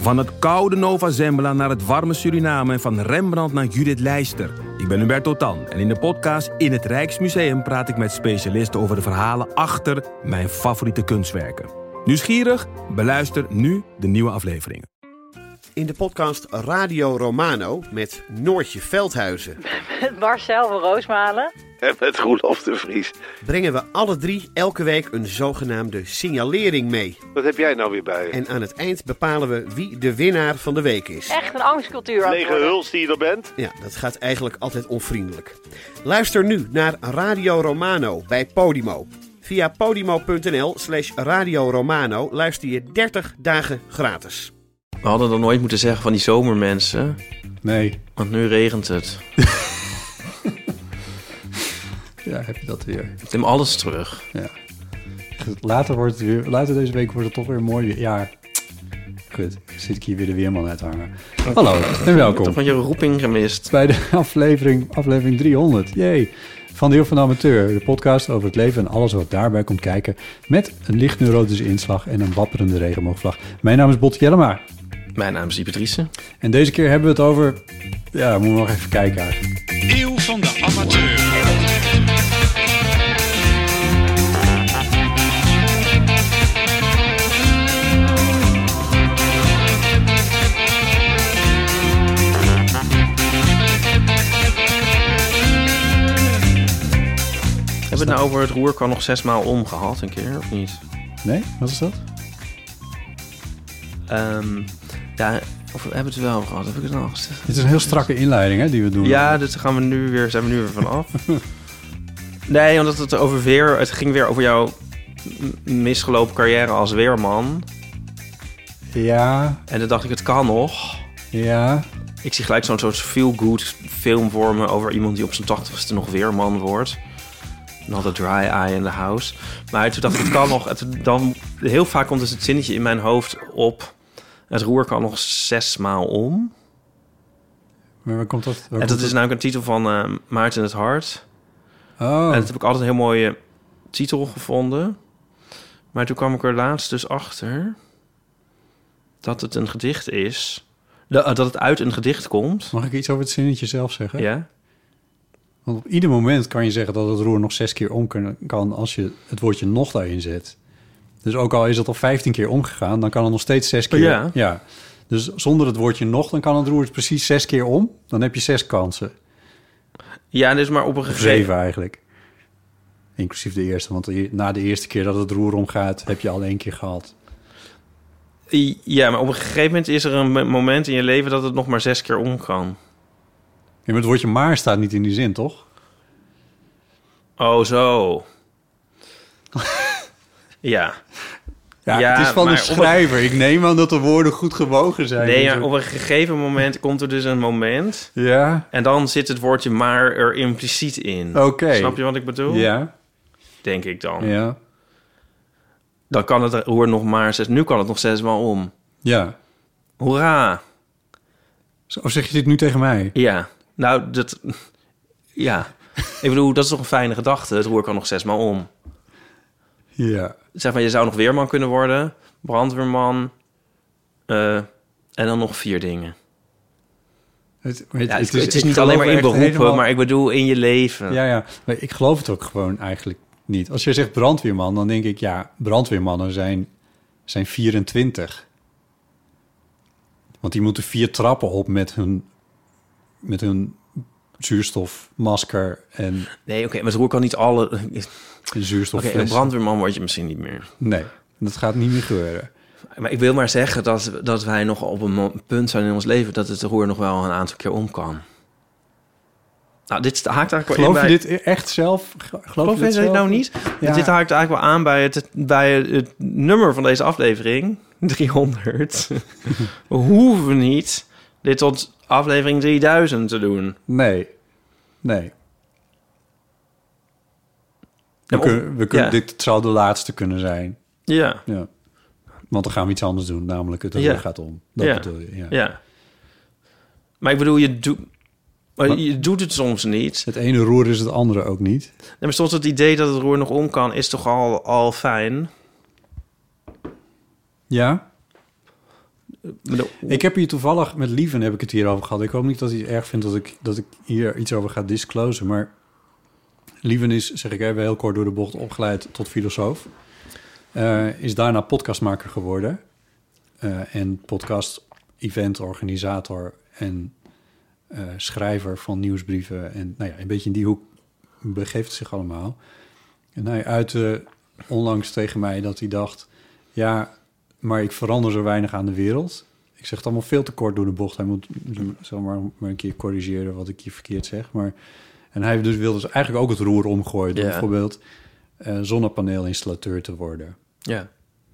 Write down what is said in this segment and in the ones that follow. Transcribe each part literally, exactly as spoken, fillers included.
Van het koude Nova Zembla naar het warme Suriname en van Rembrandt naar Judith Leister. Ik ben Hubert Totan en in de podcast In het Rijksmuseum praat ik met specialisten over de verhalen achter mijn favoriete kunstwerken. Nieuwsgierig? Beluister nu de nieuwe afleveringen. In de podcast Radio Romano met Noortje Veldhuizen. Met Marcel van Roosmalen. En met Roelof de Vries. Brengen we alle drie elke week een zogenaamde signalering mee. Wat heb jij nou weer bij je? En aan het eind bepalen we wie de winnaar van de week is. Echt een angstcultuur. Lege huls die je er bent? Ja, dat gaat eigenlijk altijd onvriendelijk. Luister nu naar Radio Romano bij Podimo. Via podimo.nl slash Radio Romano luister je dertig dagen gratis. We hadden dan nooit moeten zeggen van die zomermensen. Nee. Want nu regent het. Ja, heb je dat weer. Ik neem alles terug. Ja. Later, wordt het weer, later deze week wordt het toch weer mooi weer. Ja, goed. Zit ik hier weer de weerman uit te hangen. Hallo en welkom. Ik heb van je roeping gemist. Bij de aflevering, aflevering driehonderd. Jee. Van de Heel van de Amateur. De podcast over het leven en alles wat daarbij komt kijken. Met een licht neurotische inslag en een wapperende regenboogvlag. Mijn naam is Botte Jellema. Mijn naam is Ipe Driessen. En deze keer hebben we het over... Ja, moeten we nog even kijken eigenlijk. Eeuw van de Amateur. Hebben we het nou over het roer kan nog zes maal om gehad een keer, of niet? Nee? Wat is dat? Um, ja, of hebben we het er wel over gehad? Heb ik het nou gezegd? Dit is een heel strakke inleiding, hè, die we doen. Ja, dat gaan we nu weer, zijn we nu weer vanaf. Nee, omdat het over weer... Het ging weer over jouw misgelopen carrière als weerman. Ja. En toen dacht ik, het kan nog. Ja. Ik zie gelijk zo'n soort feel-good film voor me over iemand die op zijn tachtigste nog weerman wordt. Not a dry eye in the house. Maar toen dacht ik, het kan nog... Het, dan, heel vaak komt dus het zinnetje in mijn hoofd op... Het roer kan nog zes maal om. Maar waar komt dat? Waar en komt dat is dat? namelijk een titel van uh, Maarten het Hart. Oh. En dat heb ik altijd een heel mooie titel gevonden. Maar toen kwam ik er laatst dus achter... dat het een gedicht is. Dat het uit een gedicht komt. Mag ik iets over het zinnetje zelf zeggen? Ja. Want op ieder moment kan je zeggen dat het roer nog zes keer om kan... als je het woordje nog daarin zet. Dus ook al is het al vijftien keer omgegaan... dan kan het nog steeds zes keer... Ja. ja. Dus zonder het woordje nog... dan kan het roer precies zes keer om. Dan heb je zes kansen. Ja, dus maar op een Of gegeven... zeven eigenlijk. Inclusief de eerste. Want na de eerste keer dat het roer omgaat... heb je al één keer gehad. Ja, maar op een gegeven moment is er een moment in je leven... dat het nog maar zes keer om kan. Ja, maar het woordje maar staat niet in die zin, toch? Oh, zo. Ja. Ja, Ja, het is van maar een schrijver. Een... Ik neem aan dat de woorden goed gewogen zijn. Nee, maar op een gegeven moment komt er dus een moment... Ja. En dan zit het woordje maar er impliciet in. Oké. Okay. Snap je wat ik bedoel? Ja. Denk ik dan. Ja. Dan kan het roer nog maar zes... Nu kan het nog zesmaal om. Ja. Hoera. Of zeg je dit nu tegen mij? Ja. Nou, dat... Ja. Ik bedoel, dat is toch een fijne gedachte. Het roer kan nog zesmaal om. Ja. Zeg maar, je zou nog weerman kunnen worden. Brandweerman. Uh, en dan nog vier dingen. Het, het, ja, het, het is, het is niet alleen maar in beroepen, helemaal... maar ik bedoel in je leven. Ja, ja. Maar ik geloof het ook gewoon eigenlijk niet. Als je zegt brandweerman, dan denk ik... ja, brandweermannen zijn, zijn vierentwintig. Want die moeten vier trappen op met hun... met hun zuurstofmasker en... Nee, oké, okay, maar het roer kan niet alle... zuurstof. Oké, okay, een brandweerman word je misschien niet meer. Nee, dat gaat niet meer gebeuren. Maar ik wil maar zeggen dat, dat wij nog op een punt zijn in ons leven... dat het roer nog wel een aantal keer om kan. Nou, dit haakt eigenlijk wel Geloof in je bij... dit echt zelf? Geloof, Geloof je dit zelf? nou niet? Ja. Dit haakt eigenlijk wel aan bij het, bij het nummer van deze aflevering. driehonderd. We hoeven niet dit tot aflevering drieduizend te doen. Nee, nee. We of, kunnen, we kunnen, ja. Dit zou de laatste kunnen zijn. Ja. Ja. Want dan gaan we iets anders doen, namelijk het ja. er gaat om. Dat ja. bedoel je, ja. ja. Maar ik bedoel, je, doet, maar maar, je doet het soms niet. Het ene roer is het andere ook niet. Nee, maar soms het idee dat het roer nog om kan, is toch al, al fijn? Ja? bedoel, Ik heb hier toevallig met Lieven heb ik het hier over gehad. Ik hoop niet dat hij het erg vindt dat ik, dat ik hier iets over ga disclosen. Maar Lieven is, zeg ik even heel kort door de bocht, opgeleid tot filosoof. Uh, is daarna podcastmaker geworden. Uh, en podcast-eventorganisator en uh, schrijver van nieuwsbrieven. En nou ja, een beetje in die hoek begeeft het zich allemaal. En hij uitte onlangs tegen mij dat hij dacht... ja, maar ik verander zo weinig aan de wereld. Ik zeg het allemaal veel te kort door de bocht. Hij moet zeg maar, maar een keer corrigeren wat ik hier verkeerd zeg. Maar, en hij dus wilde dus eigenlijk ook het roer omgooien... door ja. bijvoorbeeld uh, zonnepaneelinstallateur te worden. Ja.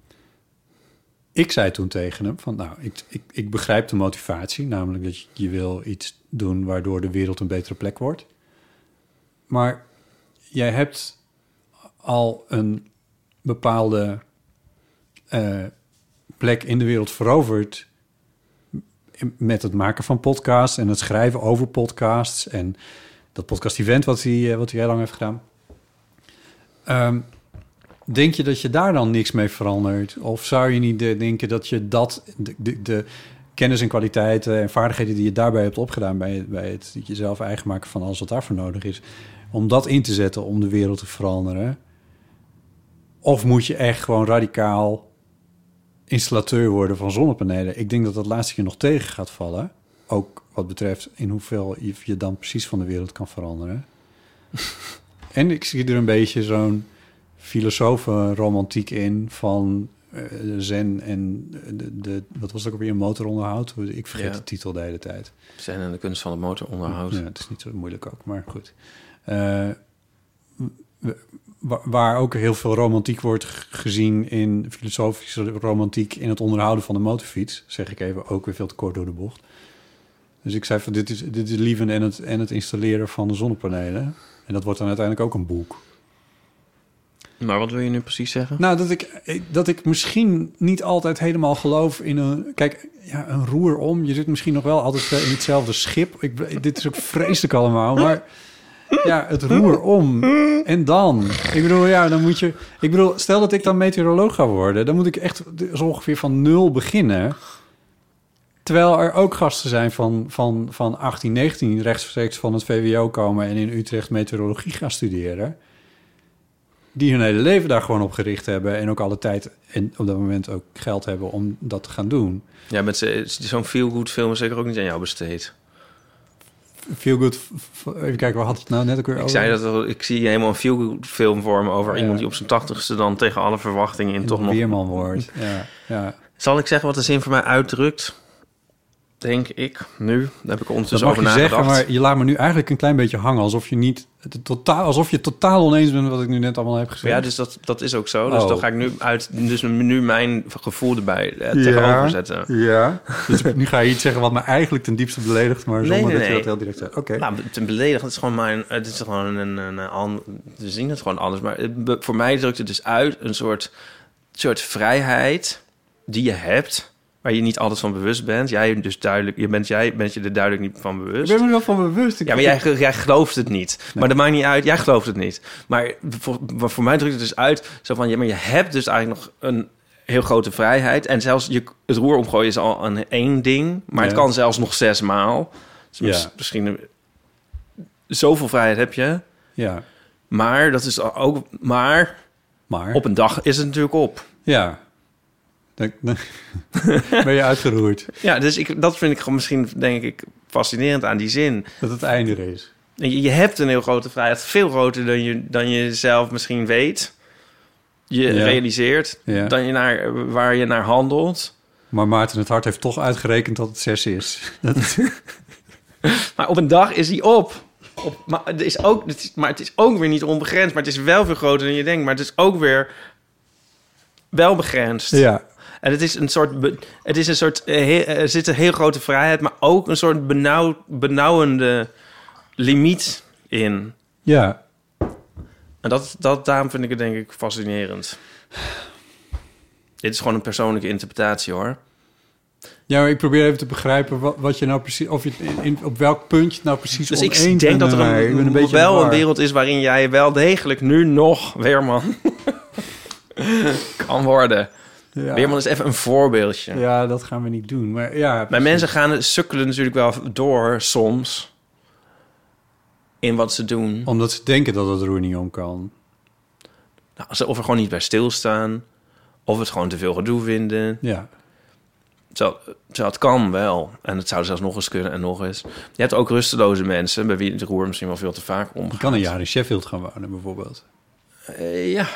Ik zei toen tegen hem van, nou, ik, ik, ik begrijp de motivatie. Namelijk dat je, je wil iets doen waardoor de wereld een betere plek wordt. Maar jij hebt al een bepaalde uh, plek in de wereld veroverd... met het maken van podcasts en het schrijven over podcasts... en dat podcast-event wat hij, wat hij heel lang heeft gedaan. Um, denk je dat je daar dan niks mee verandert? Of zou je niet denken dat je dat... de, de, de kennis en kwaliteiten en vaardigheden die je daarbij hebt opgedaan... bij, bij het jezelf eigen maken van alles wat daarvoor nodig is... om dat in te zetten om de wereld te veranderen? Of moet je echt gewoon radicaal installateur worden van zonnepanelen? Ik denk dat dat laatste je nog tegen gaat vallen. Ook wat betreft in hoeveel je, je dan precies van de wereld kan veranderen. En ik zie er een beetje zo'n filosofenromantiek in van uh, zen en de, de... wat was het ook weer, een motoronderhoud? Ik vergeet Ja. de titel de hele tijd. Zen en de kunst van het motoronderhoud. Ja, het is niet zo moeilijk ook, maar goed. Uh, waar ook heel veel romantiek wordt gezien in filosofische romantiek in het onderhouden van de motorfiets, zeg ik even, ook weer veel te kort door de bocht. Dus ik zei van, dit is, dit is Lieven en het, en het installeren van de zonnepanelen. En dat wordt dan uiteindelijk ook een boek. Maar wat wil je nu precies zeggen? Nou, dat ik, dat ik misschien niet altijd helemaal geloof in een... Kijk, ja, een roer om. Je zit misschien nog wel altijd in hetzelfde schip. Ik, dit is ook vreselijk allemaal, maar... Ja, het roer om. En dan? Ik bedoel, ja, dan moet je... Ik bedoel, stel dat ik dan meteoroloog ga worden... dan moet ik echt zo ongeveer van nul beginnen. Terwijl er ook gasten zijn van, van, van achttien, negentien... rechtstreeks van het V W O komen... en in Utrecht meteorologie gaan studeren... die hun hele leven daar gewoon op gericht hebben... en ook alle tijd en op dat moment ook geld hebben om dat te gaan doen. Ja, met zo'n feel-good film is zeker ook niet aan jou besteed. Feel good. Even kijken, waar had het nou net ook weer Ik over? zei dat er, ik zie helemaal een feel-good film voor me over Ja. iemand die op zijn tachtigste dan tegen alle verwachtingen in en toch nog weerman wordt. Ja, ja. Zal ik zeggen wat de zin voor mij uitdrukt? Denk ik nu. Daar heb ik Dat ondertussen mag over je nagedacht. zeggen, maar je laat me nu eigenlijk een klein beetje hangen... alsof je niet het totaal, alsof je totaal oneens bent met wat ik nu net allemaal heb gezegd. Ja, dus dat, dat is ook zo. Dus Oh. dan ga ik nu uit, dus nu mijn gevoel erbij eh, tegenover zetten. Ja. Dus nu ga je iets zeggen wat me eigenlijk ten diepste beledigt... maar zonder Nee, nee, dat je nee. dat heel direct zegt. Oké. Nou, te beledigen, het is gewoon mijn, het is gewoon een, een, een, een we zien het gewoon anders. Maar het, be- voor mij drukt het dus uit een soort, soort vrijheid die je hebt, waar je niet altijd van bewust bent. Jij dus duidelijk, je bent jij bent je er duidelijk niet van bewust. Ik ben me er wel van bewust. Ik Ja, maar jij, jij gelooft het niet. Nee. Maar dat maakt niet uit. Jij gelooft het niet. Maar voor, maar voor mij drukt het dus uit zo van, ja, maar je hebt dus eigenlijk nog een heel grote vrijheid. En zelfs je, het roer omgooien is al een één ding, maar Ja. het kan zelfs nog zes maal. Dus Ja. misschien een, zoveel vrijheid heb je. Ja, Maar dat is ook. Maar maar... op een dag is het natuurlijk op. Ja. Dan, dan ben je uitgeroerd Ja, dus ik, dat vind ik gewoon misschien, denk ik, fascinerend aan die zin. dat het einde er is. Je, je hebt een heel grote vrijheid, veel groter dan je, dan je zelf misschien weet. Je Ja. realiseert Ja. dan je naar, waar je naar handelt. Maar Maarten het Hart heeft toch uitgerekend dat het zes is. Dat, Maar op een dag is die op. op maar, het is ook, het is, maar het is ook weer niet onbegrensd. Maar het is wel veel groter dan je denkt. Maar het is ook weer wel begrensd. ja. En het is een soort, be- het is een soort, eh, he- er zit een heel grote vrijheid, maar ook een soort benauw, benauwende limiet in. Ja. En dat, dat, daarom vind ik het denk ik fascinerend. Dit is gewoon een persoonlijke interpretatie, hoor. Ja, maar ik probeer even te begrijpen wat, wat je nou precies... of je het in, in- op welk punt je het nou precies Dus ik oneens denk bent dat er met mij. Ik ben een, beetje wel in de een war. wereld is waarin jij wel degelijk nu nog weerman kan worden. Ja. Weerman is even een voorbeeldje. Ja, dat gaan we niet doen. Maar ja, Maar precies. mensen gaan sukkelen natuurlijk wel door soms in wat ze doen. Omdat ze denken dat het roer niet om kan. Nou, ze- of er gewoon niet bij stilstaan. Of het gewoon te veel gedoe vinden. Ja. Zo, zo, het kan wel. En het zou zelfs nog eens kunnen en nog eens. Je hebt ook rusteloze mensen... bij wie het roer misschien wel veel te vaak omgaat. Je kan een jaar in Sheffield gaan wonen, bijvoorbeeld. Uh, ja.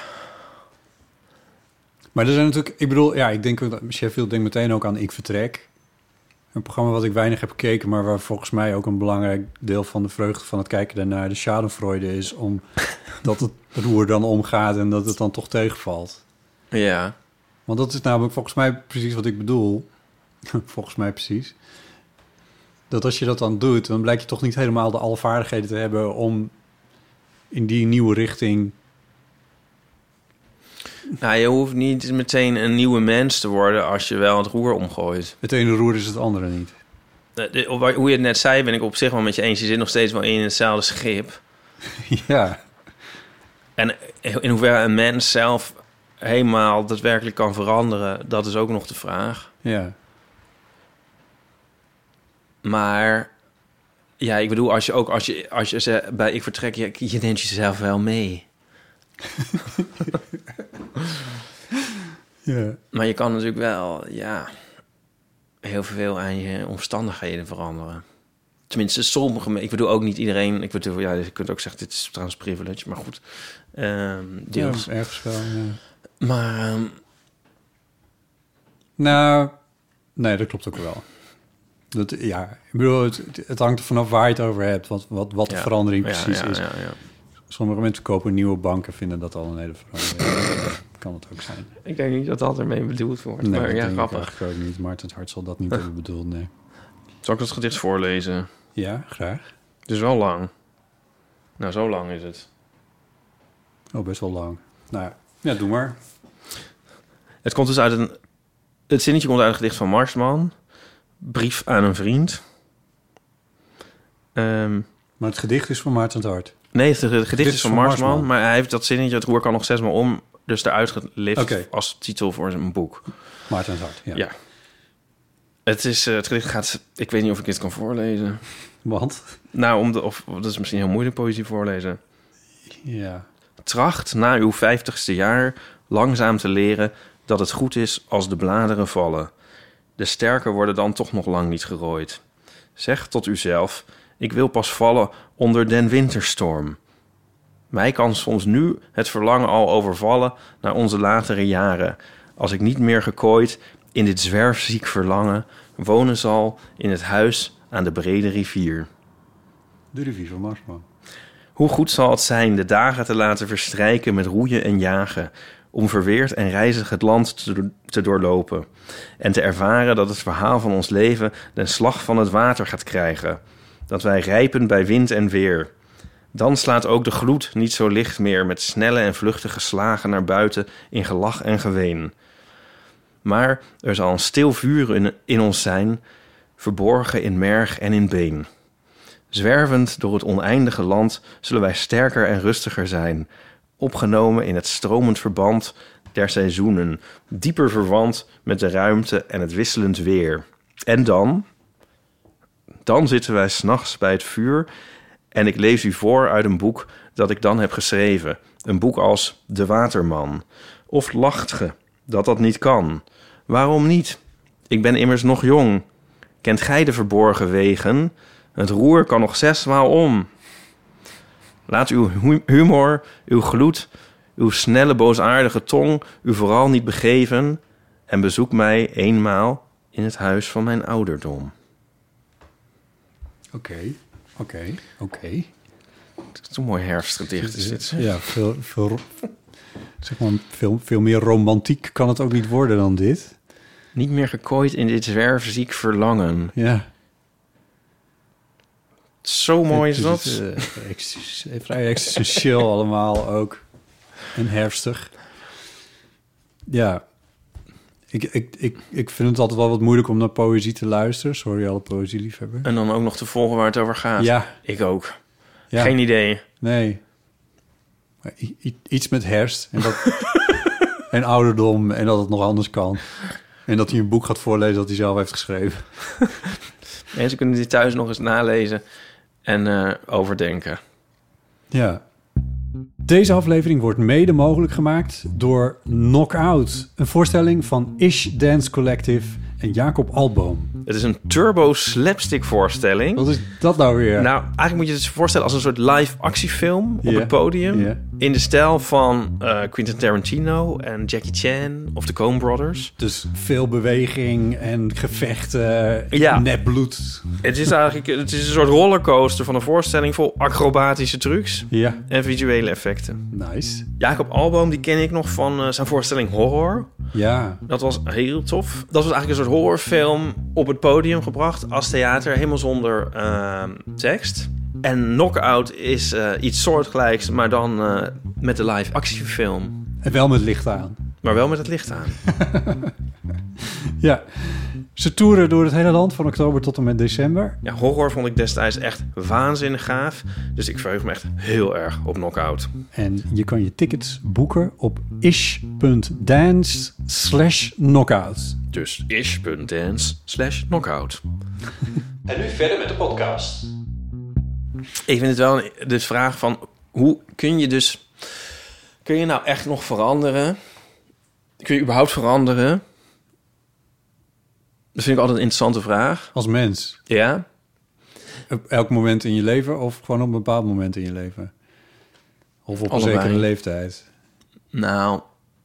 Maar er zijn natuurlijk... Ik bedoel, ja, ik denk... Sheffield denk meteen ook aan Ik Vertrek. Een programma wat ik weinig heb gekeken... maar waar volgens mij ook een belangrijk deel van de vreugde van het kijken daarnaar... de schadenfreude is om dat het roer dan omgaat... en dat het dan toch tegenvalt. Ja. Want dat is namelijk volgens mij precies wat ik bedoel. Volgens mij precies. Dat als je dat dan doet... dan blijkt je toch niet helemaal de alle vaardigheden te hebben... om in die nieuwe richting... Nou, je hoeft niet meteen een nieuwe mens te worden... als je wel het roer omgooit. Het ene roer is het andere niet. De, de, hoe je het net zei, ben ik op zich wel met je eens. Je zit nog steeds wel in hetzelfde schip. Ja. En in hoeverre een mens zelf helemaal daadwerkelijk kan veranderen... dat is ook nog de vraag. Ja. Maar ja, ik bedoel, als je ook als je als je ze bij Ik Vertrek, je, je neemt jezelf wel mee. Ja. Maar je kan natuurlijk wel, ja, heel veel aan je omstandigheden veranderen. Tenminste, sommige. Ik bedoel ook niet iedereen. Ik bedoel, ja, je kunt ook zeggen, dit is trouwens privilege, maar goed, um, deels. Ja, ergens wel. Ja. Maar um, nou, nee, dat klopt ook wel. Dat, ja, ik bedoel, het, het hangt er vanaf waar je het over hebt, wat, wat, wat de ja, verandering ja, precies ja, is. Ja, ja. Sommige mensen kopen nieuwe banken, vinden dat al een hele verandering. Kan het ook zijn. Ik denk niet dat dat ermee bedoeld wordt. Nee, maar dat ja, denk grappig. ik eigenlijk ook niet. Maarten het Hart zal dat niet hebben bedoeld, nee. Zal ik dat gedicht voorlezen? Ja, graag. Het is wel lang. Nou, zo lang is het. Oh, best wel lang. Nou ja, ja doe maar. Het komt dus uit een... Het zinnetje komt uit een gedicht van Marsman. Brief aan een vriend. Um, maar het gedicht is van Maarten het Hart. Nee, het gedicht, gedicht is van, van Marsman, Marsman. Maar hij heeft dat zinnetje... Het roer kan nog zesmaal om... Dus eruit gelift okay. als titel voor zijn boek. Maarten het Hart, ja. Ja. Het, is, uh, het gedicht gaat... Ik weet niet of ik dit kan voorlezen. Want? Nou, om de, of, dat is misschien heel moeilijk poëzie voorlezen. Ja. Tracht na uw vijftigste jaar langzaam te leren... dat het goed is als de bladeren vallen. De sterken worden dan toch nog lang niet gerooid. Zeg tot uzelf... Ik wil pas vallen onder den winterstorm. Mij kan soms nu het verlangen al overvallen naar onze latere jaren. Als ik niet meer gekooid in dit zwerfziek verlangen wonen zal in het huis aan de brede rivier. De rivier van Marsman. Hoe goed zal het zijn de dagen te laten verstrijken met roeien en jagen, om verweerd en reizig het land te, te doorlopen en te ervaren dat het verhaal van ons leven den slag van het water gaat krijgen, dat wij rijpen bij wind en weer. Dan slaat ook de gloed niet zo licht meer met snelle en vluchtige slagen naar buiten in gelach en geween. Maar er zal een stil vuur in, in ons zijn, verborgen in merg en in been. Zwervend door het oneindige land zullen wij sterker en rustiger zijn, opgenomen in het stromend verband der seizoenen, dieper verwant met de ruimte en het wisselend weer. En dan, dan zitten wij 's nachts bij het vuur en ik lees u voor uit een boek dat ik dan heb geschreven. Een boek als De Waterman. Of lacht ge dat dat niet kan? Waarom niet? Ik ben immers nog jong. Kent gij de verborgen wegen? Het roer kan nog zesmaal om. Laat uw hu- humor, uw gloed, uw snelle boosaardige tong u vooral niet begeven en bezoek mij eenmaal in het huis van mijn ouderdom. Oké, okay, oké, okay, oké. Okay. Het is een mooi herfstgedicht, is dit. Ja, veel, veel, zeg maar, veel, veel meer romantiek kan het ook niet worden dan dit. Niet meer gekooid in dit zwerfziek verlangen. Ja. Zo mooi is dat. Het, uh, ex- vrij existentieel allemaal ook. En herfstig. Ja. Ik, ik, ik, ik vind het altijd wel wat moeilijk om naar poëzie te luisteren. Sorry, alle poëzieliefhebber. En dan ook nog te volgen waar het over gaat. Ja. Ik ook. Ja. Geen idee. Nee. Maar i- i- iets met herfst. En dat, en ouderdom en dat het nog anders kan. En dat hij een boek gaat voorlezen dat hij zelf heeft geschreven. Mensen kunnen die thuis nog eens nalezen en uh, overdenken. Ja. Deze aflevering wordt mede mogelijk gemaakt door Knockout. Een voorstelling van Ish Dance Collective en Jacob Alboom. Het is een turbo slapstick voorstelling. Wat is dat nou weer? Nou, eigenlijk moet je het je voorstellen als een soort live actiefilm op Ja, het podium. ja. In de stijl van uh, Quentin Tarantino en Jackie Chan of de Coen Brothers. Dus veel beweging en gevechten, Ja. nepbloed. Het is eigenlijk het is een soort rollercoaster van een voorstelling vol acrobatische trucs Ja, en visuele effecten. nice. Jacob Alboom, die ken ik nog van uh, zijn voorstelling Horror. Ja, Dat was heel tof. Dat was eigenlijk een soort horrorfilm op het podium gebracht als theater, helemaal zonder uh, tekst. En Knockout is uh, iets soortgelijks, maar dan uh, met de live actiefilm. en wel met licht aan. Maar wel met het licht aan. Ja, ze toeren door het hele land van oktober tot en met december. Ja, Horror vond ik destijds echt waanzinnig gaaf. Dus ik verheug me echt heel erg op Knockout. En je kan je tickets boeken op ish.dance slash knockout. Dus ish.dance slash knockout. En nu verder met de podcast. Ik vind het wel een, de vraag van... hoe kun je dus... kun je nou echt nog veranderen? Kun je überhaupt veranderen? Dat vind ik altijd een interessante vraag. Als mens. Ja? Op elk moment in je leven of gewoon op een bepaald moment in je leven? Of op Allebei. een zekere leeftijd? Nou...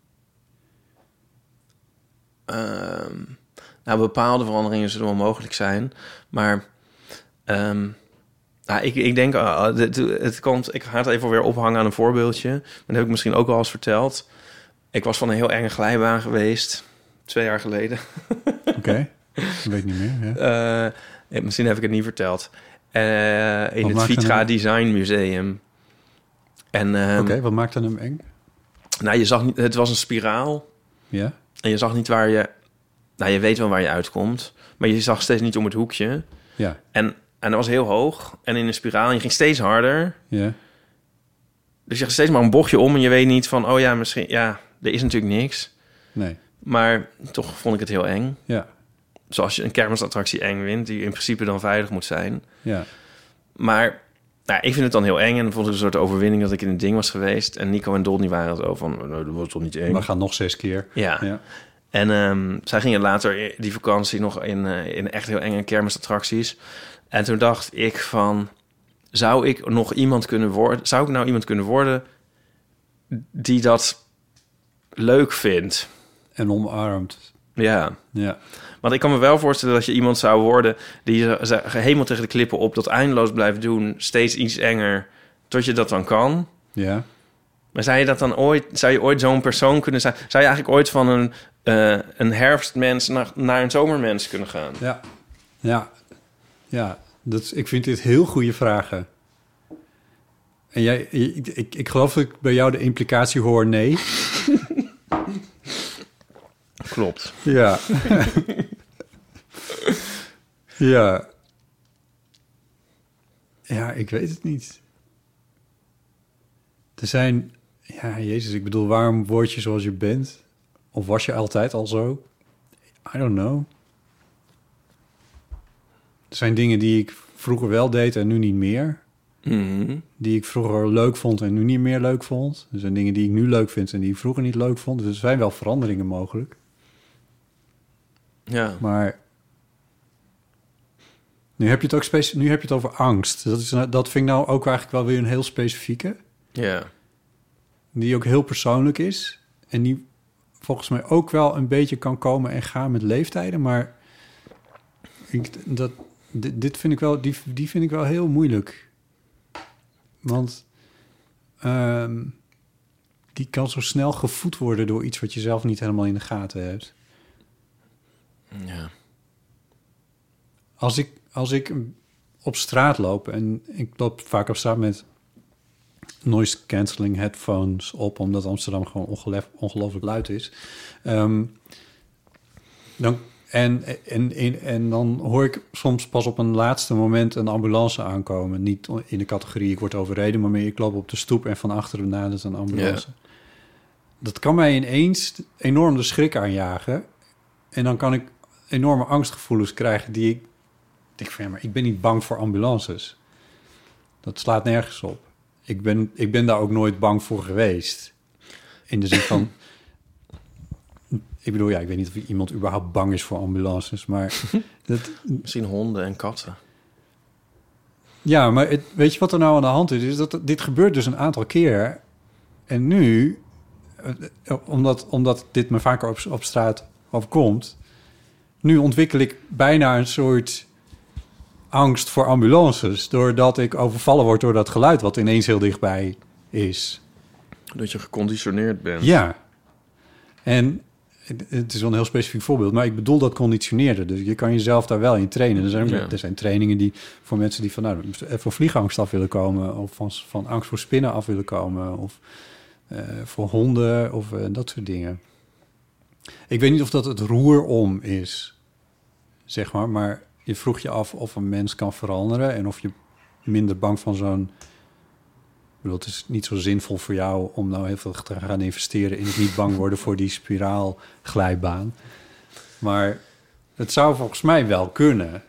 ehm, nou, bepaalde veranderingen zullen wel mogelijk zijn. Maar... ehm, nou, ik, ik denk... Uh, het, het komt, ik ga het even weer ophangen aan een voorbeeldje. Dat heb ik misschien ook wel eens verteld. Ik was van een heel enge glijbaan geweest. Twee jaar geleden. Oké, okay. Ik weet niet meer. Ja. Uh, misschien heb ik het niet verteld. Uh, in Wat het maakt Vitra hem... Design Museum. En, um, Oké, okay, wat maakte hem eng? Nou, je zag niet... Het was een spiraal. Ja. En je zag niet waar je... Nou, je weet wel waar je uitkomt. Maar je zag steeds niet om het hoekje. Ja. En, en dat was heel hoog. En in een spiraal. En je ging steeds harder. Ja. Dus je gaat steeds maar een bochtje om. En je weet niet van... Oh ja, misschien... Ja, er is natuurlijk niks. Nee. Maar toch vond ik het heel eng. Ja. Zoals je een kermisattractie eng vindt... die in principe dan veilig moet zijn. Ja. Maar nou, ik vind het dan heel eng. En dan vond ik een soort overwinning dat ik in het ding was geweest. En Nico en Donnie waren zo van... Nou, dat wordt toch niet eng? We gaan nog zes keer. Ja. Ja. En um, zij gingen later die vakantie nog in, uh, in echt heel enge kermisattracties. En toen dacht ik van... Zou ik nog iemand kunnen worden... Zou ik nou iemand kunnen worden... die dat leuk vindt? En omarmt. Ja. Ja. Want ik kan me wel voorstellen dat je iemand zou worden... die helemaal tegen de klippen op dat eindeloos blijft doen... steeds iets enger, tot je dat dan kan. Ja. Maar zou je dat dan ooit... Zou je ooit zo'n persoon kunnen zijn? Zou je eigenlijk ooit van een, uh, een herfstmens naar, naar een zomermens kunnen gaan? Ja. Ja. Ja. Dat, ik vind dit heel goede vragen. En jij... Ik, ik, ik geloof dat ik bij jou de implicatie hoor nee... Klopt. Ja. Ja. Ja, ik weet het niet. Er zijn... Ja, Jezus, ik bedoel, waarom word je zoals je bent? Of was je altijd al zo? I don't know. Er zijn dingen die ik vroeger wel deed en nu niet meer. Mm-hmm. Die ik vroeger leuk vond en nu niet meer leuk vond. Er zijn dingen die ik nu leuk vind en die ik vroeger niet leuk vond. Dus er zijn wel veranderingen mogelijk. Ja. Maar nu heb je het ook speci- nu heb je het over angst. Dat, is, dat vind ik nou ook eigenlijk wel weer een heel specifieke. Ja. Die ook heel persoonlijk is. En die volgens mij ook wel een beetje kan komen en gaan met leeftijden. Maar ik, dat, dit, dit vind ik wel, die, die vind ik wel heel moeilijk. Want um, die kan zo snel gevoed worden door iets wat je zelf niet helemaal in de gaten hebt. Ja. Als ik, als ik op straat loop... en ik loop vaak op straat met noise cancelling headphones op... omdat Amsterdam gewoon ongelef, ongelooflijk luid is. Um, dan, en, en, en, en dan hoor ik soms pas op een laatste moment een ambulance aankomen. Niet in de categorie ik word overreden... maar meer ik loop op de stoep en van achteren nadert een ambulance. dat kan mij ineens enorm de schrik aanjagen. En dan kan ik enorme angstgevoelens krijgen die ik... denk van, ja, maar ik ben niet bang voor ambulances. Dat slaat nergens op. Ik ben, ik ben daar ook nooit bang voor geweest. In de zin van... ik bedoel, ja, ik weet niet of iemand überhaupt bang is voor ambulances, maar... dat, Misschien honden en katten. ja, maar het, weet je wat er nou aan de hand is? Is dat dit gebeurt dus een aantal keer. En nu, uh, omdat, omdat dit me vaker op, op straat overkomt... nu ontwikkel ik bijna een soort angst voor ambulances... doordat ik overvallen word door dat geluid wat ineens heel dichtbij is. Dat je geconditioneerd bent. Ja. En het is wel een heel specifiek voorbeeld, maar ik bedoel dat conditioneerde. Dus je kan jezelf daar wel in trainen. Er zijn, Ja. er zijn trainingen die voor mensen die van, nou, van vliegangst af willen komen... of van, van angst voor spinnen af willen komen... of uh, voor honden of uh, dat soort dingen. Ik weet niet of dat het roer om is, zeg maar. Maar je vroeg je af of een mens kan veranderen... en of je minder bang van zo'n... Ik bedoel, het is niet zo zinvol voor jou om nou heel veel te gaan investeren... in het niet bang worden voor die spiraalglijbaan. Maar het zou volgens mij wel kunnen.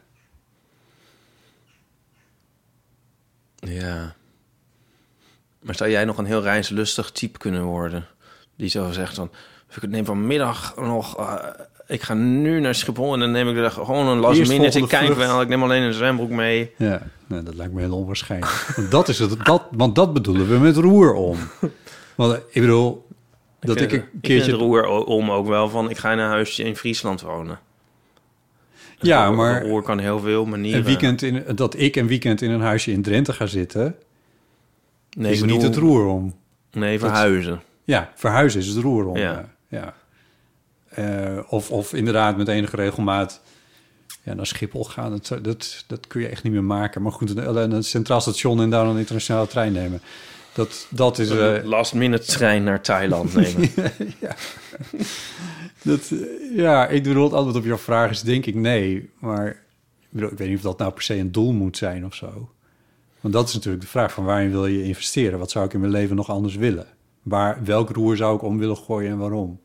Ja. Maar zou jij nog een heel reislustig type kunnen worden? Die zo zegt van... ik neem vanmiddag nog... Uh, ik ga nu naar Schiphol en dan neem ik er gewoon een last Eerst minute. Ik volgende kijk vlucht. wel, ik neem alleen een zwembroek mee. Ja, nou, dat lijkt me heel onwaarschijnlijk. Want dat is het, dat, want dat bedoelen we met roer om. Want ik bedoel, dat ik, vind- een Ik keertje... vind het roer o- om ook wel van... ik ga in een huisje in Friesland wonen. ja, Roer- maar roer kan heel veel manieren. een weekend in, dat ik een weekend in een huisje in Drenthe ga zitten... Nee, is ik niet bedoel- het roer om. Nee, verhuizen. Ja, verhuizen is het roer om. Ja. Ja. Ja. Uh, of, of inderdaad met enige regelmaat ja, naar Schiphol gaan. Dat, dat, dat kun je echt niet meer maken. Maar goed, een, een centraal station en daar een internationale trein nemen. Dat, dat is... Uh, Last minute trein naar Thailand nemen. ja. dat, uh, ja, ik bedoel, het antwoord op jouw vraag is denk ik nee. Maar ik, bedoel, ik weet niet of dat nou per se een doel moet zijn of zo. Want dat is natuurlijk de vraag van waarin wil je investeren? Wat zou ik in mijn leven nog anders willen? Waar, welk roer zou ik om willen gooien en waarom?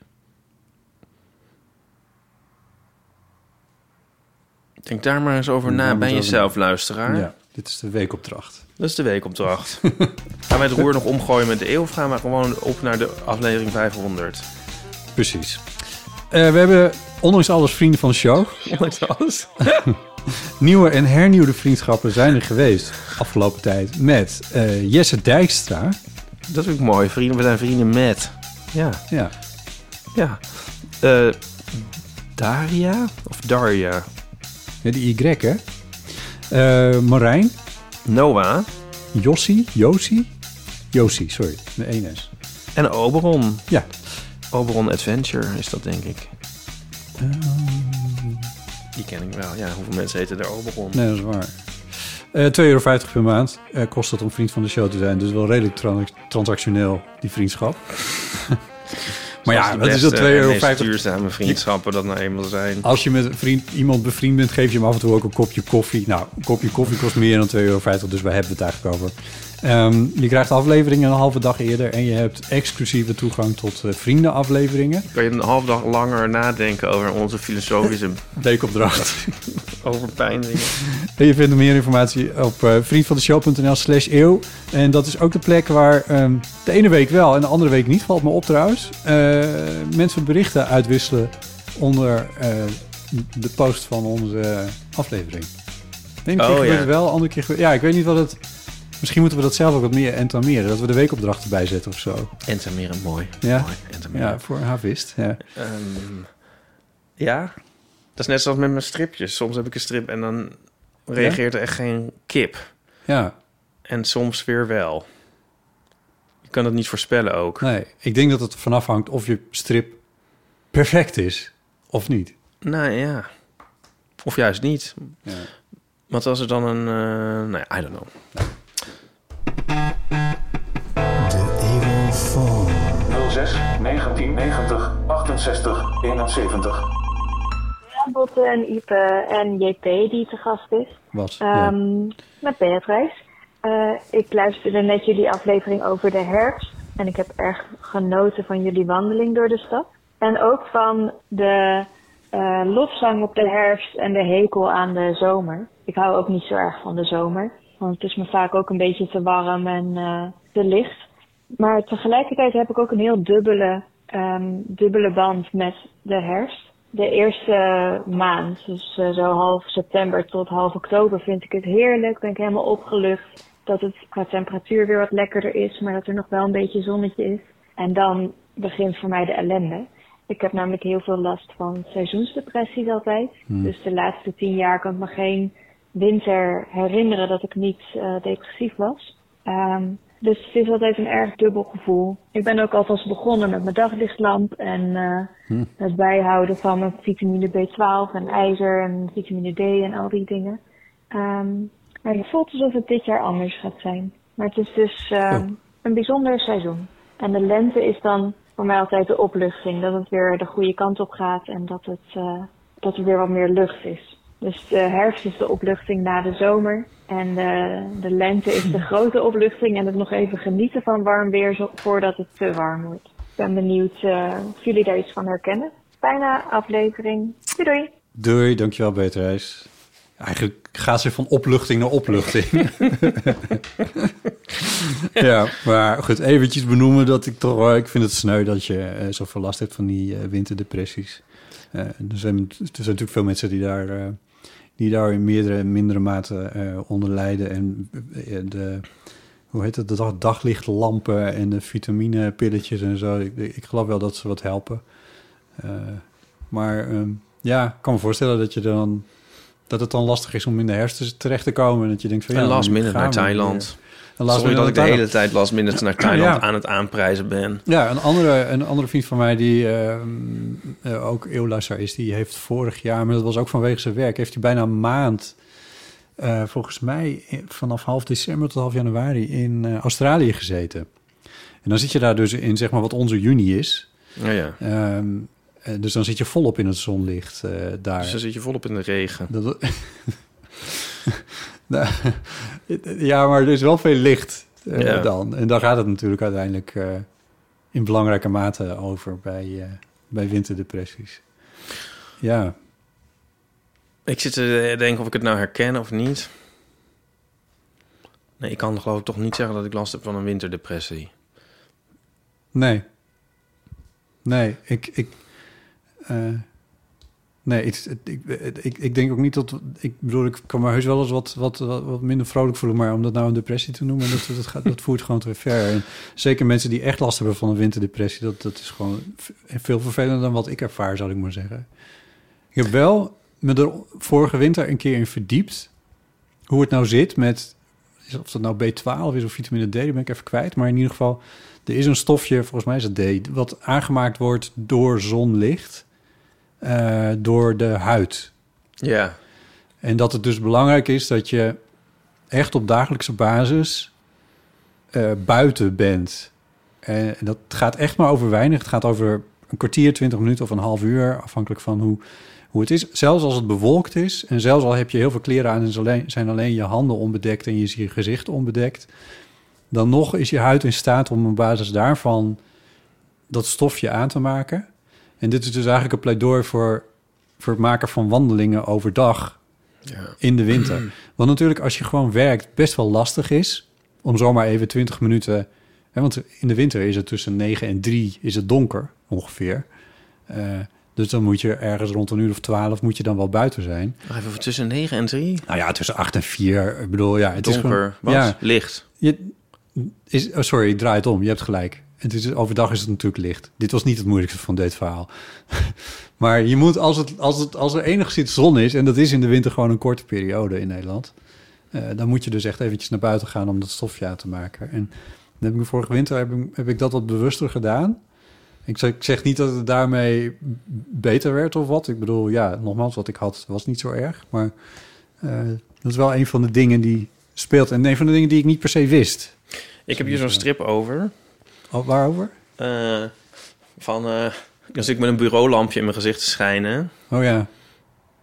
Denk daar maar eens over na bij jezelf, luisteraar. Ja, dit is de weekopdracht. Dat is de weekopdracht. Gaan wij het roer nog omgooien met de eeuw of gaan we gewoon op naar de aflevering vijfhonderd? Precies. Uh, we hebben ondanks alles vrienden van de show. Ondanks alles? Nieuwe en hernieuwde vriendschappen zijn er geweest afgelopen tijd met uh, Jesse Dijkstra. Dat vind ik mooi. Vrienden, we zijn vrienden met. Ja. Ja. Ja. Uh, Daria of Daria? Ja, die Y, hè? Uh, Marijn. Noah. Jossie. Josie. Josie, sorry. De één S. En Oberon. Ja. Oberon Adventure is dat, denk ik. Um... Die ken ik wel. Ja, hoeveel mensen heten er Oberon? Nee, dat is waar. Uh, twee euro vijftig per maand uh, kost het om vriend van de show te zijn. Dus wel redelijk trans- transactioneel, die vriendschap. Maar ja, wat is dat twee euro vijftig? Duurzame vriendschappen dat nou eenmaal zijn. Als je met een vriend, iemand bevriend bent, geef je hem af en toe ook een kopje koffie. Nou, een kopje koffie kost meer dan twee euro vijftig, dus wij hebben het eigenlijk over. Um, je krijgt afleveringen een halve dag eerder en je hebt exclusieve toegang tot uh, vriendenafleveringen. Kan je een halve dag langer nadenken over onze filosofische weekopdracht. Over pijnzingen. En je vindt meer informatie op uh, vriendvandeshow.nl slash eeuw. En dat is ook de plek waar um, de ene week wel en de andere week niet, valt me op trouwens. Uh, mensen berichten uitwisselen onder uh, de post van onze aflevering. De ene keer oh, gebeurt ja. het wel, de andere keer gebeurt... Ja, ik weet niet wat het... Misschien moeten we dat zelf ook wat meer entameren. Dat we de weekopdracht erbij zetten of zo. Entameren, mooi. Ja, mooi. Entameren. Ja, voor een havist. Ja. Um, ja, dat is net zoals met mijn stripjes. Soms heb ik een strip en dan reageert ja? er echt geen kip. Ja. En soms weer wel. Je kan het niet voorspellen ook. Nee, ik denk dat het vanaf hangt of je strip perfect is of niet. Nou ja, of juist niet. Ja. Want als er dan een... Uh, nou ja, I don't know. Ja. De Evil Phone. nul zes negentien negentig achtenzestig eenenzeventig. Ja, Botte en Ipe en J P die te gast is. Wat? Um, ja. Met Beatrice. Uh, ik luisterde net jullie aflevering over de herfst. En ik heb erg genoten van jullie wandeling door de stad. En ook van de uh, lofzang op de herfst en de hekel aan de zomer. Ik hou ook niet zo erg van de zomer. Want het is me vaak ook een beetje te warm en uh, te licht. Maar tegelijkertijd heb ik ook een heel dubbele, um, dubbele band met de herfst. De eerste maand, dus uh, zo half september tot half oktober, vind ik het heerlijk. Ben ik helemaal opgelucht dat het qua temperatuur weer wat lekkerder is, maar dat er nog wel een beetje zonnetje is. En dan begint voor mij de ellende. Ik heb namelijk heel veel last van seizoensdepressies altijd. Hmm. Dus de laatste tien jaar kan ik me geen winter herinneren dat ik niet uh, depressief was. Um, dus het is altijd een erg dubbel gevoel. Ik ben ook alvast begonnen met mijn daglichtlamp en uh, hm. het bijhouden van mijn vitamine B twaalf en ijzer en vitamine D en al die dingen. Um, maar het voelt alsof het dit jaar anders gaat zijn. Maar het is dus uh, oh. een bijzonder seizoen. En de lente is dan voor mij altijd de opluchting. Dat het weer de goede kant op gaat en dat, het, uh, dat er weer wat meer lucht is. Dus de herfst is de opluchting na de zomer. En de, de lente is de grote opluchting. En het nog even genieten van warm weer zo, voordat het te warm wordt. Ik ben benieuwd uh, of jullie daar iets van herkennen. Bijna aflevering. Doei doei. Doei, dankjewel Beatrice. Eigenlijk gaat ze van opluchting naar opluchting. Ja, maar goed, eventjes benoemen dat ik toch wel... Ik vind het sneu dat je uh, zoveel last hebt van die uh, winterdepressies. Uh, er, zijn, er zijn natuurlijk veel mensen die daar... Uh, die daar in meerdere en mindere mate uh, onder lijden. En uh, de, hoe heet het, de dag, daglichtlampen en de vitaminepilletjes en zo. Ik, ik geloof wel dat ze wat helpen. Uh, maar um, ja, ik kan me voorstellen dat je dan dat het dan lastig is om in de herfst terecht te komen. En dat je denkt van ja, en last minute naar Thailand. Sorry dat ik de hele tijd last minute naar Thailand ja. aan het aanprijzen ben. Ja, een andere, een andere vriend van mij die uh, uh, ook eeuwluisteraar is, die heeft vorig jaar, maar dat was ook vanwege zijn werk, heeft hij bijna een maand, uh, volgens mij vanaf half december tot half januari in uh, Australië gezeten. En dan zit je daar dus in, zeg maar, wat onze juni is. Ja, ja. Um, uh, dus dan zit je volop in het zonlicht uh, daar. Dus dan zit je volop in de regen. Dat, ja, maar er is wel veel licht uh, ja. dan. En daar gaat het natuurlijk uiteindelijk uh, in belangrijke mate over bij, uh, bij winterdepressies. Ja. Ik zit te denken of ik het nou herken of niet. Nee, ik kan geloof ik toch niet zeggen dat ik last heb van een winterdepressie. Nee. Nee, ik... ik uh, Nee, ik, ik, ik, ik denk ook niet dat... Ik bedoel, ik kan me heus wel eens wat, wat, wat minder vrolijk voelen... maar om dat nou een depressie te noemen... dat, dat, gaat, dat voert gewoon te ver. En zeker mensen die echt last hebben van een winterdepressie... dat, dat is gewoon veel vervelender dan wat ik ervaar, zal ik maar zeggen. Ik heb wel me er vorige winter een keer in verdiept... hoe het nou zit met... of dat nou B twaalf is of vitamine D, die ben ik even kwijt. Maar in ieder geval, er is een stofje, volgens mij is het D... wat aangemaakt wordt door zonlicht... Uh, door de huid. Ja. En dat het dus belangrijk is dat je echt op dagelijkse basis uh, buiten bent. En dat gaat echt maar over weinig. Het gaat over een kwartier, twintig minuten of een half uur, afhankelijk van hoe, hoe het is. Zelfs als het bewolkt is en zelfs al heb je heel veel kleren aan en alleen, zijn alleen je handen onbedekt en je is je gezicht onbedekt, dan nog is je huid in staat om op basis daarvan dat stofje aan te maken. En dit is dus eigenlijk een pleidooi voor, voor het maken van wandelingen overdag ja. in de winter. Want natuurlijk als je gewoon werkt best wel lastig is om zomaar even twintig minuten... Hè, want in de winter is het tussen negen en drie is het donker ongeveer. Uh, dus dan moet je ergens rond een uur of twaalf moet je dan wel buiten zijn. Even tussen negen en drie? Nou ja, tussen acht en vier. Ik bedoel, ja, het donker, is gewoon, wat? Ja, licht. Je, is, oh sorry, ik draai het om. Je hebt gelijk. Het is, overdag is het natuurlijk licht. Dit was niet het moeilijkste van dit verhaal. Maar je moet, als, het, als, het, als er enigszins zon is... en dat is in de winter gewoon een korte periode in Nederland... Uh, dan moet je dus echt eventjes naar buiten gaan om dat stofje aan te maken. En dan heb ik vorige winter heb ik, heb ik dat wat bewuster gedaan. Ik zeg, ik zeg niet dat het daarmee beter werd of wat. Ik bedoel, ja, nogmaals, wat ik had was niet zo erg. Maar uh, dat is wel een van de dingen die speelt. En een van de dingen die ik niet per se wist. Ik heb hier zo'n strip over... Oh, waarover? Uh, van, uh, dan zit ik met een bureaulampje in mijn gezicht te schijnen. Oh ja.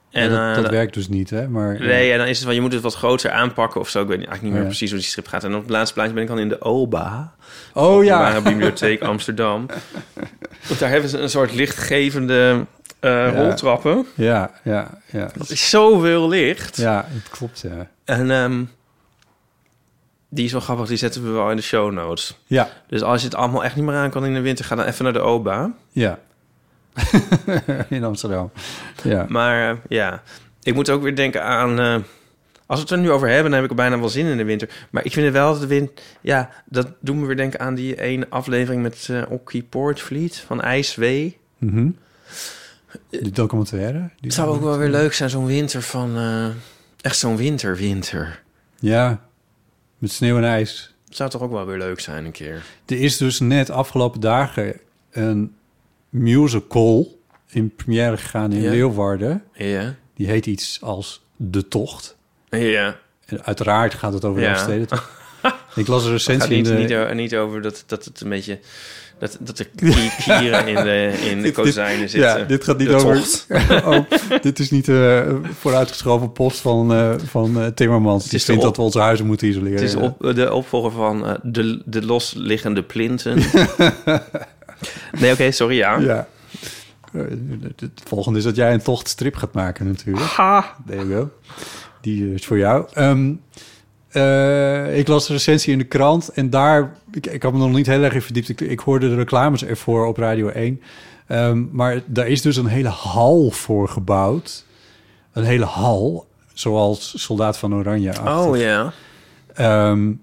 En, ja, dat, dat uh, werkt dus niet, hè? Maar, nee, en dan is het van, je moet het wat groter aanpakken of zo. Ik weet eigenlijk niet meer ja. precies hoe die strip gaat. En op het laatste plaatje ben ik dan in de OBA. Oh ja. De Bibliotheek Amsterdam. Want daar hebben ze een soort lichtgevende uh, ja. roltrappen. Ja, ja, ja. Dat is zoveel licht. Ja, het klopt, ja. En um, die is wel grappig, die zetten we wel in de show notes. Ja. Dus als je het allemaal echt niet meer aan kan in de winter, ga dan even naar de OBA. Ja. In Amsterdam. Ja. Maar uh, ja, ik moet ook weer denken aan... Uh, als we het er nu over hebben, dan heb ik er bijna wel zin in de winter. Maar ik vind het wel dat de wind... Ja, dat doet me weer denken aan die ene aflevering met uh, Ocky Poortvliet van IJswee. Mm-hmm. Die documentaire. Die het zou ook wel weer leuk zijn, zo'n winter van... Uh, echt zo'n winter, winter. Ja, met sneeuw en ijs. Het zou toch ook wel weer leuk zijn een keer. Er is dus net afgelopen dagen een musical in première gegaan in ja. Leeuwarden. Ja. Die heet iets als De Tocht. Ja. En uiteraard gaat het over de ja. Elfsteden. Ik las een recensie niet, in de... niet, o- niet over dat, dat het een beetje... Dat, dat er kieren in de, in de kozijnen zitten. Ja, dit gaat niet de over... Tocht. oh, dit is niet de uh, vooruitgeschoven post van, uh, van uh, Timmermans. Die vindt op, dat we onze huizen moeten isoleren. Het is ja. op, de opvolger van uh, de, de losliggende plinten. nee, oké, okay, sorry, ja. Ja. Het volgende is dat jij een tochtstrip gaat maken natuurlijk. Ha! There you go. Die is voor jou. Um, uh, ik las de recensie in de krant en daar... Ik, ik had me nog niet heel erg in verdiept. Ik, ik hoorde de reclames ervoor op Radio één. Um, maar daar is dus een hele hal voor gebouwd. Een hele hal, zoals Soldaat van Oranje. Oh ja. Um,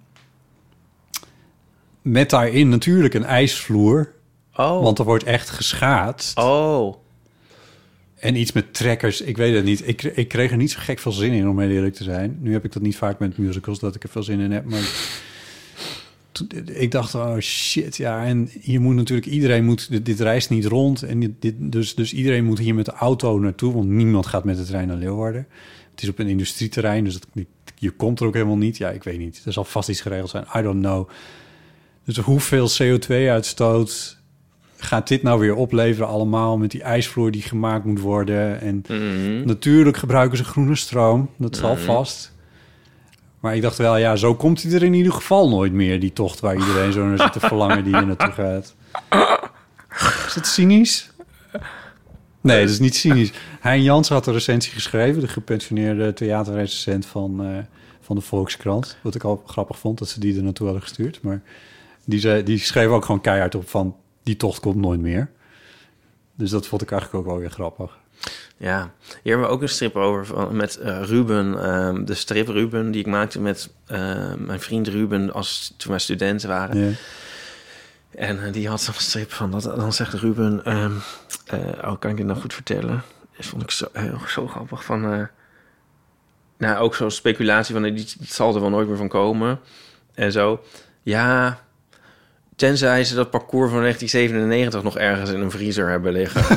met daarin natuurlijk een ijsvloer. Oh. Want er wordt echt geschaatst. Oh. En iets met trekkers, ik weet het niet. Ik, ik kreeg er niet zo gek veel zin in, om heel eerlijk te zijn. Nu heb ik dat niet vaak met musicals, dat ik er veel zin in heb. Maar toen, ik dacht, oh shit, ja. En hier moet natuurlijk, iedereen moet, dit, dit reist niet rond. En dit, dus, dus iedereen moet hier met de auto naartoe. Want niemand gaat met de trein naar Leeuwarden. Het is op een industrieterrein, dus dat, je komt er ook helemaal niet. Ja, ik weet niet. Er zal vast iets geregeld zijn. I don't know. Dus hoeveel C O twee uitstoot... gaat dit nou weer opleveren allemaal met die ijsvloer die gemaakt moet worden? En mm-hmm. natuurlijk gebruiken ze groene stroom. Dat zal mm-hmm. vast. Maar ik dacht wel, ja, zo komt hij er in ieder geval nooit meer. Die tocht waar iedereen zo naar zit te verlangen die er naartoe gaat. Is dat cynisch? Nee, dat is niet cynisch. Hein Jans had een recensie geschreven. De gepensioneerde theaterrecensent van, uh, van de Volkskrant. Wat ik al grappig vond, dat ze die er naartoe hadden gestuurd. Maar die, zei, die schreef ook gewoon keihard op van... die tocht komt nooit meer. Dus dat vond ik eigenlijk ook wel weer grappig. Ja, hier hebben we ook een strip over van, met uh, Ruben. Uh, de strip Ruben die ik maakte met uh, mijn vriend Ruben... als toen wij studenten waren. Ja. En uh, die had een strip van... Dat, dan zegt Ruben... Uh, uh, oh, kan ik dit nou goed vertellen? Dat vond ik zo, heel, zo grappig. Van, uh, nou, ook zo'n speculatie van... die zal er wel nooit meer van komen. En zo. Ja... Tenzij ze dat parcours van negentien zevenennegentig nog ergens in een vriezer hebben liggen.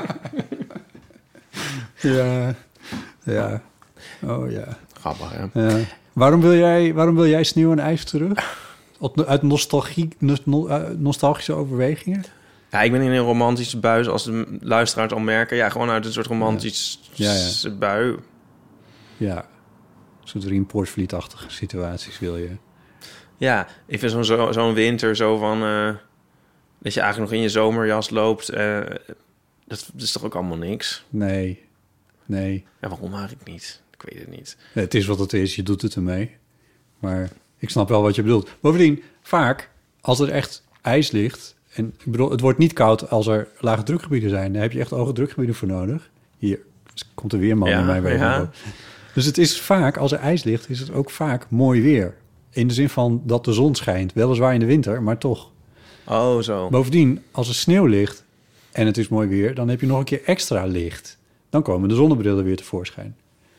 ja, ja. Oh ja. Grappig, hè? Ja. Waarom wil jij, waarom wil jij sneeuw en ijs terug? Uit nostalgie, nostalgische overwegingen? Ja, ik ben in een romantische bui, als de luisteraars al merken. Ja, gewoon uit een soort romantische ja. Ja, ja. bui. Ja, een soort Rien Poortvliet-achtige situaties wil je. Ja, ik vind zo'n, zo, zo'n winter zo van... Uh, dat je eigenlijk nog in je zomerjas loopt. Uh, dat, dat is toch ook allemaal niks? Nee, nee. Ja, waarom eigenlijk niet? Ik weet het niet. Ja, het is wat het is, je doet het ermee. Maar ik snap wel wat je bedoelt. Bovendien, vaak, als er echt ijs ligt... en ik bedoel, het wordt niet koud als er lage drukgebieden zijn. Daar heb je echt hoge drukgebieden voor nodig. Hier komt er weer een man ja, bij mij. Ja. Dus het is vaak, als er ijs ligt, is het ook vaak mooi weer. In de zin van dat de zon schijnt. Weliswaar in de winter, maar toch. Oh, zo. Bovendien, als er sneeuw ligt en het is mooi weer... dan heb je nog een keer extra licht. Dan komen de zonnebrillen weer tevoorschijn.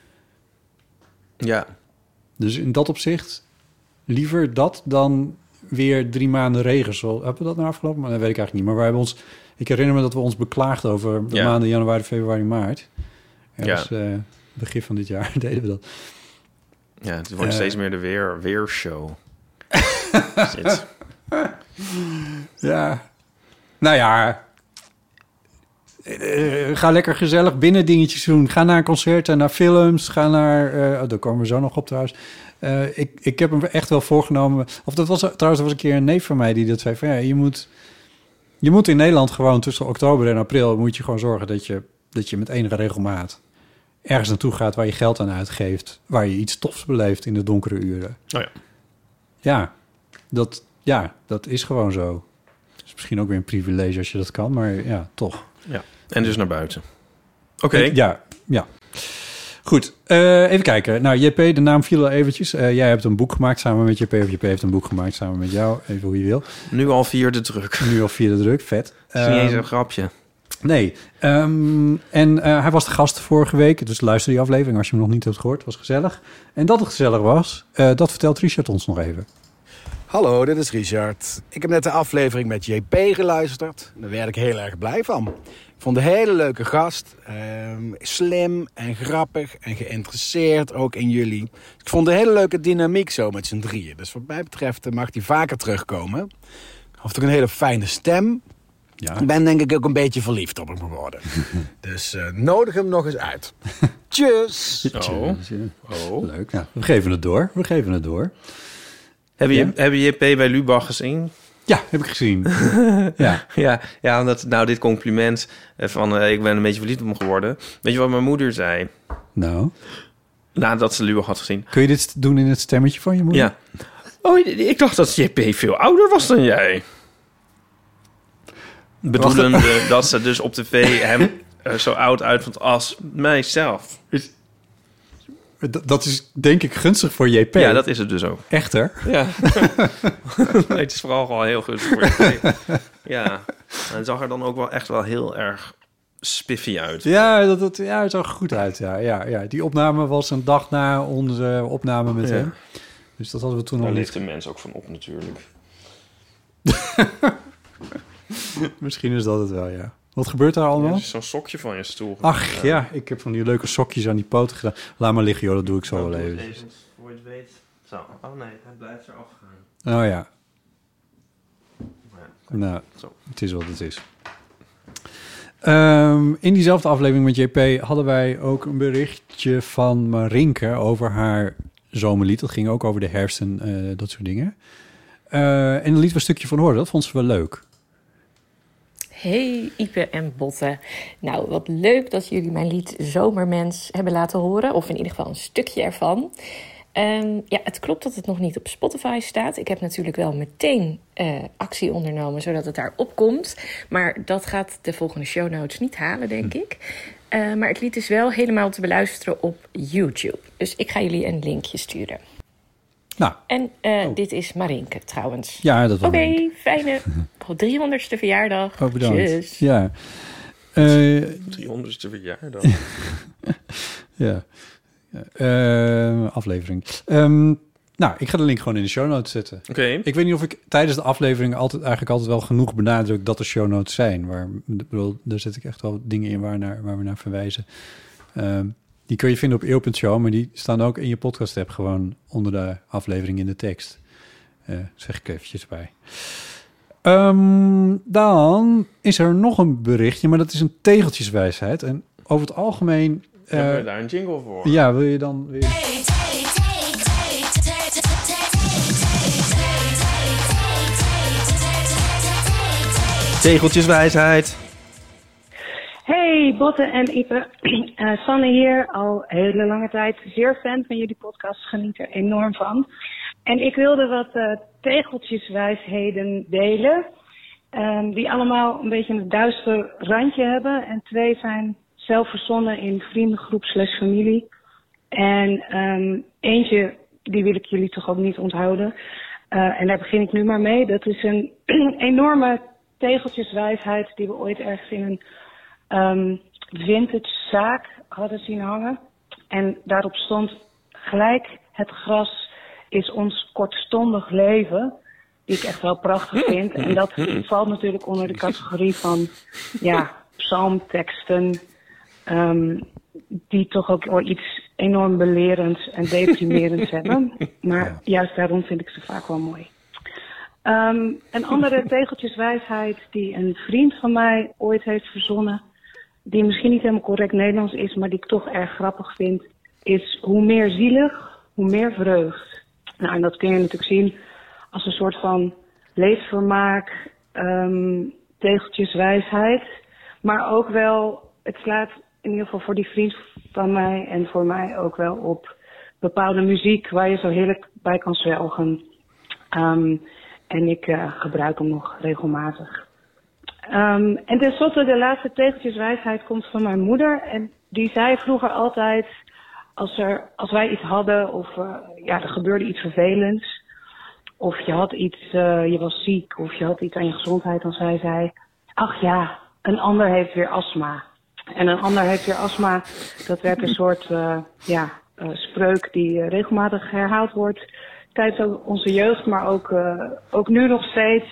Ja. Dus in dat opzicht liever dat dan weer drie maanden regen. Zo, hebben we dat nou afgelopen? Maar dat weet ik eigenlijk niet. Maar wij hebben ons... Ik herinner me dat we ons beklaagden over de ja. maanden januari, februari, maart. Ergens ja. uh, begin van dit jaar deden we dat. Ja, het wordt uh, steeds meer de weer, weershow. Ja. Nou ja. uh, ga lekker gezellig binnen dingetjes doen. Ga naar concerten, naar films. Ga naar... Uh, oh, daar komen we zo nog op trouwens. Uh, ik, ik heb hem echt wel voorgenomen. Of dat was trouwens er was een keer een neef van mij die dat zei van ja, je moet, je moet in Nederland gewoon tussen oktober en april moet je gewoon zorgen dat je, dat je met enige regelmaat ergens naartoe gaat waar je geld aan uitgeeft, waar je iets tofs beleeft in de donkere uren. Oh ja. Ja, dat, ja, dat is gewoon zo. Het is misschien ook weer een privilege als je dat kan, maar ja, toch. Ja, en dus naar buiten. Oké. Okay. Ja, ja. Goed, uh, even kijken. Nou, J P, de naam viel al eventjes. Uh, jij hebt een boek gemaakt samen met J P, of J P heeft een boek gemaakt samen met jou. Even hoe je wil. Nu al vierde druk. Nu al vierde druk, vet. Dat is niet eens een grapje. Nee. Um, en uh, hij was de gast vorige week, dus luister die aflevering als je hem nog niet hebt gehoord. Het was gezellig. En dat het gezellig was, uh, dat vertelt Richard ons nog even. Hallo, dit is Richard. Ik heb net de aflevering met J P geluisterd. Daar werd ik heel erg blij van. Ik vond een hele leuke gast. Um, slim en grappig en geïnteresseerd, ook in jullie. Ik vond een hele leuke dynamiek zo met z'n drieën. Dus wat mij betreft mag hij vaker terugkomen. Ik had ook een hele fijne stem. Ja. Ik ben denk ik ook een beetje verliefd op hem geworden. Dus uh, nodig hem nog eens uit. Tjus! Oh. Oh. Leuk. Ja, we geven het door. We geven het door. Heb je, ja? heb je J P bij Lubach gezien? Ja, heb ik gezien. ja. ja, ja, omdat nou dit compliment van uh, ik ben een beetje verliefd op hem geworden. Weet je wat mijn moeder zei? Nou? Nadat ze Lubach had gezien. Kun je dit doen in het stemmetje van je moeder? Ja. Oh, ik dacht dat J P veel ouder was dan jij. Bedoelende dat ze dus op tv hem uh, zo oud uitvond als mijzelf. Dat is denk ik gunstig voor J P. Ja, dat is het dus ook. Echter? Ja. Nee, het is vooral gewoon heel gunstig voor J P. Ja. En het zag er dan ook wel echt wel heel erg spiffy uit. Ja, dat, dat, ja, het zag er goed uit. Ja, ja, ja. Die opname was een dag na onze opname met ja. hem. Dus dat hadden we toen Daar al leeft de mens ook van op natuurlijk. Misschien is dat het wel, ja. Wat gebeurt daar allemaal? Ja, zo'n sokje van je stoel. Ach ja. ja, ik heb van die leuke sokjes aan die poten gedaan. Laat maar liggen, joh, dat doe ik zo oh, wel even. Even. Voor je het weet. Zo. Oh nee, hij blijft er afgaan. Oh ja. Ja, nou, zo. Het is wat het is. Um, in diezelfde aflevering met J P hadden wij ook een berichtje van Marinke over haar zomerlied. Dat ging ook over de herfst en uh, dat soort dingen. Uh, en er liet we een stukje van horen. Dat vond ze wel leuk. Hey Ipe en Botte. Nou, wat leuk dat jullie mijn lied Zomermens hebben laten horen. Of in ieder geval een stukje ervan. Um, ja, het klopt dat het nog niet op Spotify staat. Ik heb natuurlijk wel meteen uh, actie ondernomen, zodat het daarop komt. Maar dat gaat de volgende show notes niet halen, denk ik. Uh, maar het lied is wel helemaal te beluisteren op YouTube. Dus ik ga jullie een linkje sturen. Nou. En uh, oh. dit is Marinke trouwens. Ja, dat was Oké, okay, fijne driehonderdste verjaardag. Oh, bedankt. Tjus. Ja. Uh, driehonderdste verjaardag. ja. Uh, aflevering. Um, nou, ik ga de link gewoon in de show notes zetten. Oké. Okay. Ik weet niet of ik tijdens de aflevering altijd eigenlijk altijd wel genoeg benadruk dat er show notes zijn. Waar, bedoel, daar zet ik echt wel dingen in waar, naar, waar we naar verwijzen. Um, Die kun je vinden op eeuw punt show, maar die staan ook in je podcast-app gewoon onder de aflevering in de tekst. Uh, zeg ik eventjes bij. Um, dan is er nog een berichtje, maar dat is een tegeltjeswijsheid. En over het algemeen... Uh, hebben we daar een jingle voor? Ja, wil je dan... Wil je... Tegeltjeswijsheid. Hey, Botte en Ipe. Uh, Sanne hier, al hele lange tijd zeer fan van jullie podcast, geniet er enorm van. En ik wilde wat uh, tegeltjeswijsheden delen, um, die allemaal een beetje een duister randje hebben. En twee zijn zelf verzonnen in vriendengroep slash familie. En um, eentje, die wil ik jullie toch ook niet onthouden. Uh, en daar begin ik nu maar mee. Dat is een enorme tegeltjeswijsheid die we ooit ergens in een Um, vintage zaak hadden zien hangen. En daarop stond gelijk: het gras is ons kortstondig leven. Die ik echt wel prachtig vind. En dat valt natuurlijk onder de categorie van ja, psalmteksten. Um, die toch ook iets enorm belerends en deprimerends hebben. Maar juist daarom vind ik ze vaak wel mooi. Um, een andere tegeltjeswijsheid die een vriend van mij ooit heeft verzonnen. die misschien niet helemaal correct Nederlands is, maar die ik toch erg grappig vind, is hoe meer zielig, hoe meer vreugd. Nou, en dat kun je natuurlijk zien als een soort van leesvermaak, um, tegeltjeswijsheid. Maar ook wel, het slaat in ieder geval voor die vriend van mij en voor mij ook wel op bepaalde muziek waar je zo heerlijk bij kan zwelgen. Um, en ik uh, gebruik hem nog regelmatig. Um, en tenslotte, de laatste tegeltjeswijsheid komt van mijn moeder. En die zei vroeger altijd, als, er, als wij iets hadden of uh, ja, er gebeurde iets vervelends, of je had iets, uh, je was ziek of je had iets aan je gezondheid, dan zei zij, ach ja, een ander heeft weer astma. En een ander heeft weer astma, dat werd een soort uh, ja, uh, spreuk die uh, regelmatig herhaald wordt tijdens onze jeugd, maar ook, uh, ook nu nog steeds.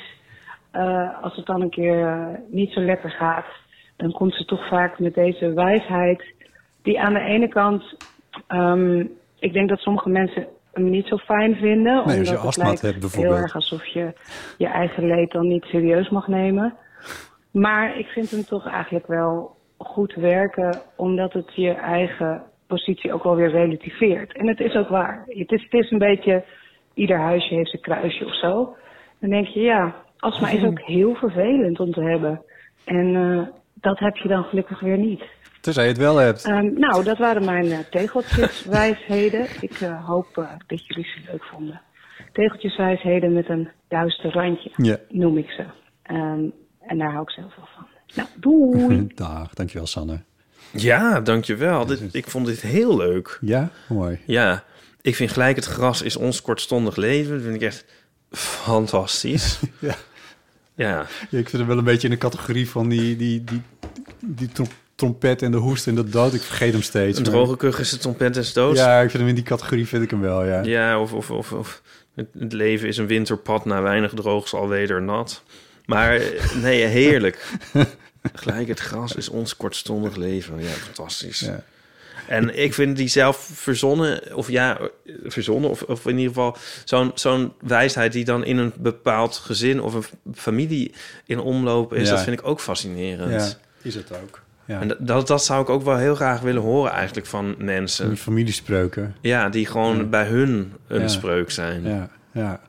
Uh, als het dan een keer uh, niet zo lekker gaat, dan komt ze toch vaak met deze wijsheid, die aan de ene kant, um, ik denk dat sommige mensen hem niet zo fijn vinden, nee, omdat je het astma lijkt hebt, bijvoorbeeld. heel erg alsof je je eigen leed dan niet serieus mag nemen. Maar ik vind hem toch eigenlijk wel goed werken, omdat het je eigen positie ook wel weer relativeert. En het is ook waar. Het is, het is een beetje, ieder huisje heeft zijn kruisje of zo. Dan denk je, ja, astma is ook heel vervelend om te hebben. En uh, dat heb je dan gelukkig weer niet. Tenzij je het wel hebt. Um, nou, dat waren mijn uh, tegeltjeswijsheden. Ik uh, hoop uh, dat jullie ze leuk vonden. Tegeltjeswijsheden met een duister randje, ja. noem ik ze. Um, en daar hou ik zelf wel van. Nou, doei! Dag, dankjewel Sanne. Ja, dankjewel. Dit, ik vond dit heel leuk. Ja, mooi. Ja, ik vind gelijk het gras is ons kortstondig leven. Dat vind ik echt fantastisch. ja. Ja. ja. Ik vind het wel een beetje in de categorie van die, die, die, die trom- trompet en de hoest en de dood. Ik vergeet hem steeds. Een droge kuch is de trompet en de dood. Ja, ik vind hem in die categorie vind ik hem wel, ja. Ja, of, of, of, of het, het leven is een winterpad, na weinig droog alweer nat. Maar nee, heerlijk. Gelijk het gras is ons kortstondig leven. Ja, fantastisch. Ja. En ik vind die zelf verzonnen, of ja, verzonnen, of, of in ieder geval zo'n, zo'n wijsheid die dan in een bepaald gezin of een familie in omloop is, ja. Dat vind ik ook fascinerend. Ja, is het ook. Ja. En dat, dat zou ik ook wel heel graag willen horen eigenlijk van mensen. Die familiespreuken. Ja, die gewoon ja. bij hun een ja. spreuk zijn. Ja, ja.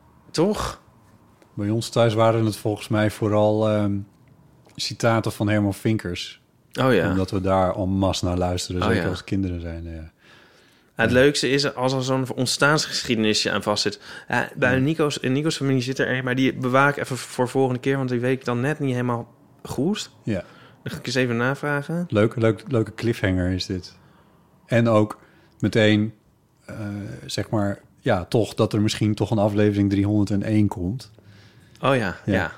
Toch? Bij ons thuis waren het volgens mij vooral um, citaten van Herman Vinkers. Oh ja. Omdat we daar en masse naar luisteren, oh, zeker ja. als kinderen zijn. Ja. Ja, het leukste is als er zo'n ontstaansgeschiedenisje aan vast zit. Ja, bij ja. Nico's, in Nico's familie zit er een, maar die bewaar ik even voor volgende keer, want die weet ik dan net niet helemaal goed. Ja. Dan ga ik eens even navragen. Leuk, leuk, leuke cliffhanger is dit. En ook meteen, uh, zeg maar, ja, toch dat er misschien toch een aflevering driehonderdéén komt. Oh ja, ja. Ja.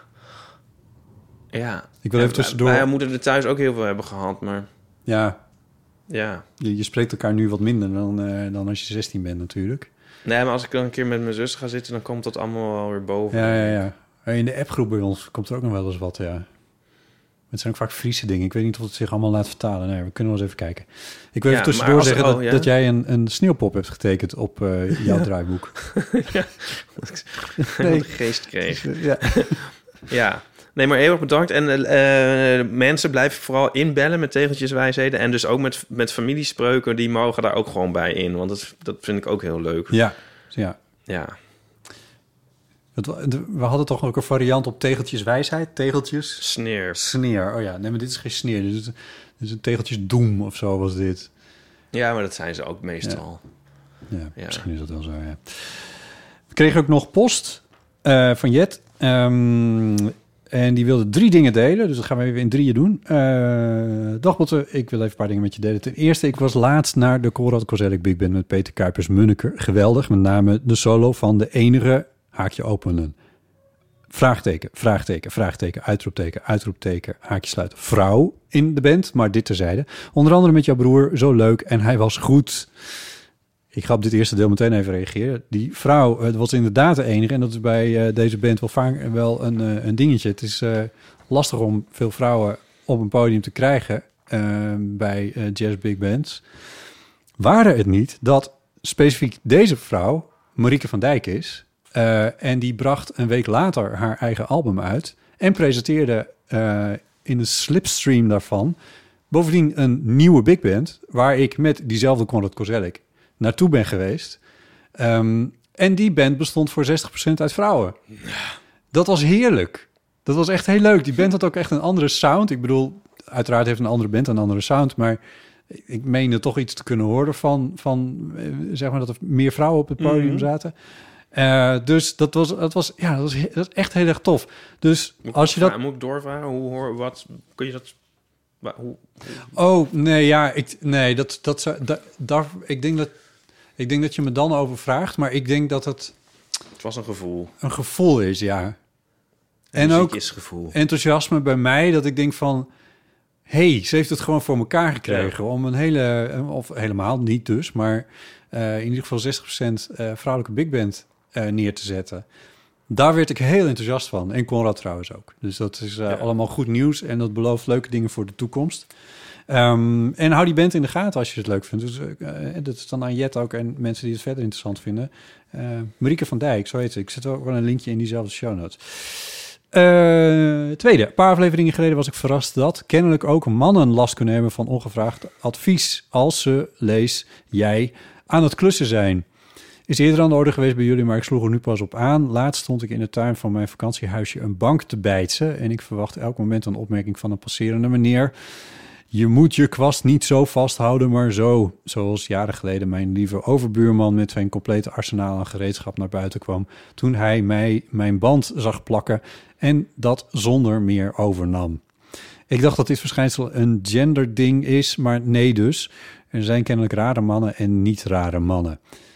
ja. Ik wil even tussendoor. Wij moeten er thuis ook heel veel hebben gehad, maar... Ja. Ja. Je, je spreekt elkaar nu wat minder dan, uh, dan als je zestien bent natuurlijk. Nee, maar als ik dan een keer met mijn zus ga zitten, dan komt dat allemaal wel weer boven. Ja, ja, ja. In de appgroep bij ons komt er ook nog wel eens wat, ja. Het zijn ook vaak Friese dingen. Ik weet niet of het zich allemaal laat vertalen. Nee, we kunnen wel eens even kijken. Ik wil ja, even tussendoor als, zeggen oh, dat, ja? dat jij een, een sneeuwpop hebt getekend op uh, jouw draaiboek. ja, dat ik nee. de geest kreeg. Ja. ja. Nee, maar heel erg bedankt. En uh, mensen blijven vooral inbellen met tegeltjeswijsheden. En dus ook met, met familiespreuken, die mogen daar ook gewoon bij in. Want dat, dat vind ik ook heel leuk. Ja, ja. Ja. We hadden toch ook een variant op tegeltjeswijsheid? Tegeltjes? Sneer. Sneer, oh ja. Nee, maar dit is geen sneer. Dit is, dit is een tegeltjesdoem of zo was dit. Ja, maar dat zijn ze ook meestal. Ja, ja, ja. Misschien is dat wel zo, ja. We kregen ook nog post uh, van Jet. Um, en die wilde drie dingen delen. Dus dat gaan we even in drieën doen. Uh, dag Botte, ik wil even een paar dingen met je delen. Ten eerste, ik was laatst naar de Konrad Kozelek Big Band met Peter Kuipers-Munneke. Geweldig, met name de solo van de enige... haakje openen. Vraagteken, vraagteken, vraagteken, uitroepteken, uitroepteken, haakje sluiten. Vrouw in de band, maar dit terzijde. Onder andere met jouw broer, zo leuk en hij was goed. Ik ga op dit eerste deel meteen even reageren. Die vrouw, het was inderdaad de enige en dat is bij uh, deze band wel vaak wel een, uh, een dingetje. Het is uh, lastig om veel vrouwen op een podium te krijgen uh, bij uh, jazz big bands. Waren het niet dat specifiek deze vrouw Marieke van Dijk is... Uh, en die bracht een week later haar eigen album uit... en presenteerde uh, in de slipstream daarvan... Bovendien een nieuwe big band... waar ik met diezelfde Konrad Kozelek naartoe ben geweest. Um, en die band bestond voor zestig procent uit vrouwen. Dat was heerlijk. Dat was echt heel leuk. Die band had ook echt een andere sound. Ik bedoel, uiteraard heeft een andere band een andere sound... maar ik meende toch iets te kunnen horen van... van zeg maar dat er meer vrouwen op het podium mm-hmm. zaten... Uh, dus dat was, dat was, ja, dat was, dat was echt heel erg tof. Dus moet als je dat, moet ik doorvragen, hoe hoor, wat kun je dat? Hoe, hoe? Oh nee, ja, ik, nee, dat, dat zou, da, daar, ik denk dat, ik denk dat je me dan over vraagt, maar ik denk dat het, het was een gevoel, een gevoel is, ja. En, en ook is gevoel. Enthousiasme bij mij, dat ik denk van, hey, ze heeft het gewoon voor elkaar gekregen ja. om een hele, of helemaal niet dus, maar uh, in ieder geval zestig procent uh, vrouwelijke big band. Uh, neer te zetten. Daar werd ik heel enthousiast van. En Konrad trouwens ook. Dus dat is uh, ja. allemaal goed nieuws. En dat belooft leuke dingen voor de toekomst. Um, en hou die band in de gaten als je het leuk vindt. Dus uh, dat is dan aan Jet ook en mensen die het verder interessant vinden. Uh, Marieke van Dijk, zo heet ze. Ik zet ook wel een linkje in diezelfde show notes. Uh, tweede, een paar afleveringen geleden was ik verrast dat kennelijk ook mannen last kunnen hebben van ongevraagd advies als ze, lees, jij, aan het klussen zijn. Is eerder aan de orde geweest bij jullie, maar ik sloeg er nu pas op aan. Laatst stond ik in de tuin van mijn vakantiehuisje een bank te bijtsen en ik verwacht elk moment een opmerking van een passerende meneer. Je moet je kwast niet zo vasthouden, maar zo. Zoals jaren geleden mijn lieve overbuurman met zijn complete arsenaal aan gereedschap naar buiten kwam toen hij mij mijn band zag plakken en dat zonder meer overnam. Ik dacht dat dit verschijnsel een genderding is, maar nee dus. Er zijn kennelijk rare mannen en niet rare mannen.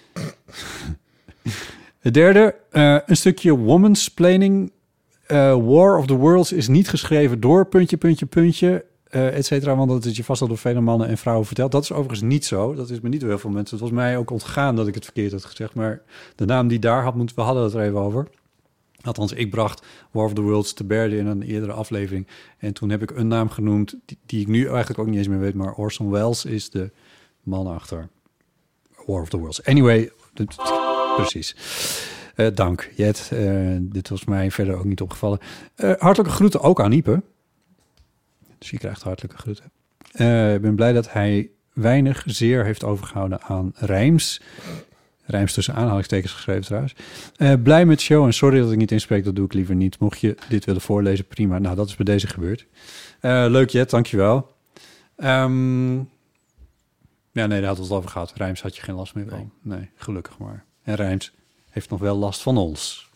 Het derde, uh, een stukje womansplaining. Uh, War of the Worlds is niet geschreven door puntje, puntje, puntje, uh, et cetera. Want dat is je vast al door vele mannen en vrouwen verteld. Dat is overigens niet zo. Dat is me niet door heel veel mensen. Het was mij ook ontgaan dat ik het verkeerd had gezegd. Maar de naam die daar had, moeten we hadden het er even over. Althans, ik bracht War of the Worlds te berde in een eerdere aflevering. En toen heb ik een naam genoemd die, die ik nu eigenlijk ook niet eens meer weet. Maar Orson Welles is de man achter War of the Worlds. Anyway, dit, precies. Uh, dank, Jet. Uh, dit was mij verder ook niet opgevallen. Uh, hartelijke groeten ook aan Ipe. Dus je krijgt hartelijke groeten. Uh, ik ben blij dat hij weinig zeer heeft overgehouden aan rijms. Rijms tussen aanhalingstekens geschreven trouwens. Uh, blij met de show en sorry dat ik niet inspreek, dat doe ik liever niet. Mocht je dit willen voorlezen, prima. Nou, dat is bij deze gebeurd. Uh, leuk, Jet, dankjewel. Um, ja, nee, daar hadden we het over gehad. Rijms had je geen last meer van. Nee, nee gelukkig maar. En Rijms heeft nog wel last van ons.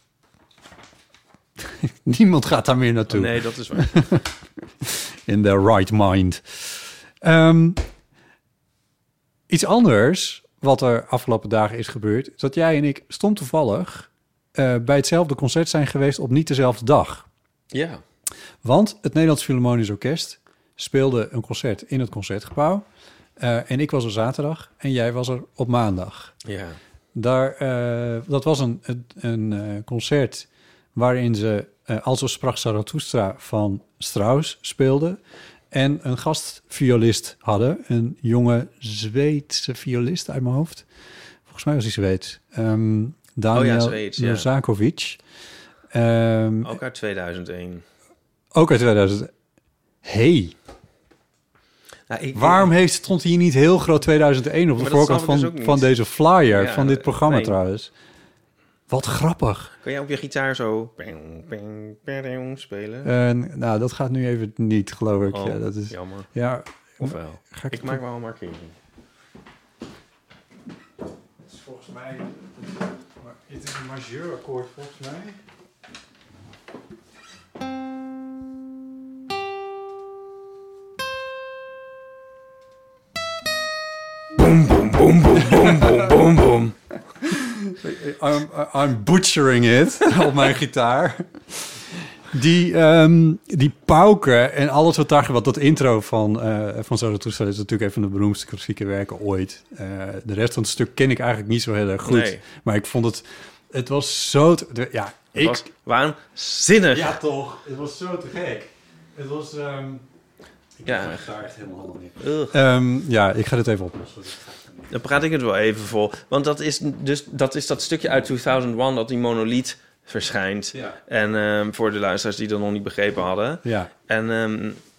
Niemand gaat daar meer naartoe. Oh, nee, dat is waar. In the right mind. Um, iets anders wat er afgelopen dagen is gebeurd, is dat jij en ik stom toevallig uh, bij hetzelfde concert zijn geweest op niet dezelfde dag. Ja. Want het Nederlands Philharmonisch Orkest speelde een concert in het Concertgebouw. Uh, en ik was er zaterdag en jij was er op maandag. Ja. Daar, uh, dat was een, een, een uh, concert waarin ze uh, Also sprach Zarathustra van Strauss speelden en een gastviolist hadden, een jonge Zweedse violist uit mijn hoofd. Volgens mij was hij Zweeds. Um, Daniel oh ja, Zweeds, ja. Nozakovic. Um, ook uit tweeduizend één. Ook uit tweeduizend. Hey. Nou, ik, Waarom heeft, stond hier niet heel groot tweeduizend één op de voorkant van, dus van deze flyer, ja, van dit programma nee. trouwens? Wat grappig. Kan jij op je gitaar zo ping, ping, ping, spelen? Uh, nou, dat gaat nu even niet, geloof ik. Oh, ja, dat is, jammer. Ja, Ofwel. Ga ik ik maak wel een markering. Het is volgens mij... Het is een majeurakkoord volgens mij. Boom, boom, boom, boom, boom, boom, boom, boom. I'm, I'm butchering it op mijn gitaar. Die, um, die pauken en alles wat daar... Wat dat intro van, uh, van Zarathustra is natuurlijk een van de beroemdste klassieke werken ooit. Uh, de rest van het stuk ken ik eigenlijk niet zo heel erg goed. Nee. Maar ik vond het... Het was zo... Te, ja, het ik, was waanzinnig. Ja, toch. Het was zo te gek. Het was... Um, ik ja. ga daar echt helemaal handig in. Um, ja, ik ga dit even oplossen. Dan praat ik het wel even vol. Want dat is dus dat, is dat stukje uit tweeduizend één dat die monoliet verschijnt. Ja. En um, voor de luisteraars die dat nog niet begrepen hadden. Ja. En um,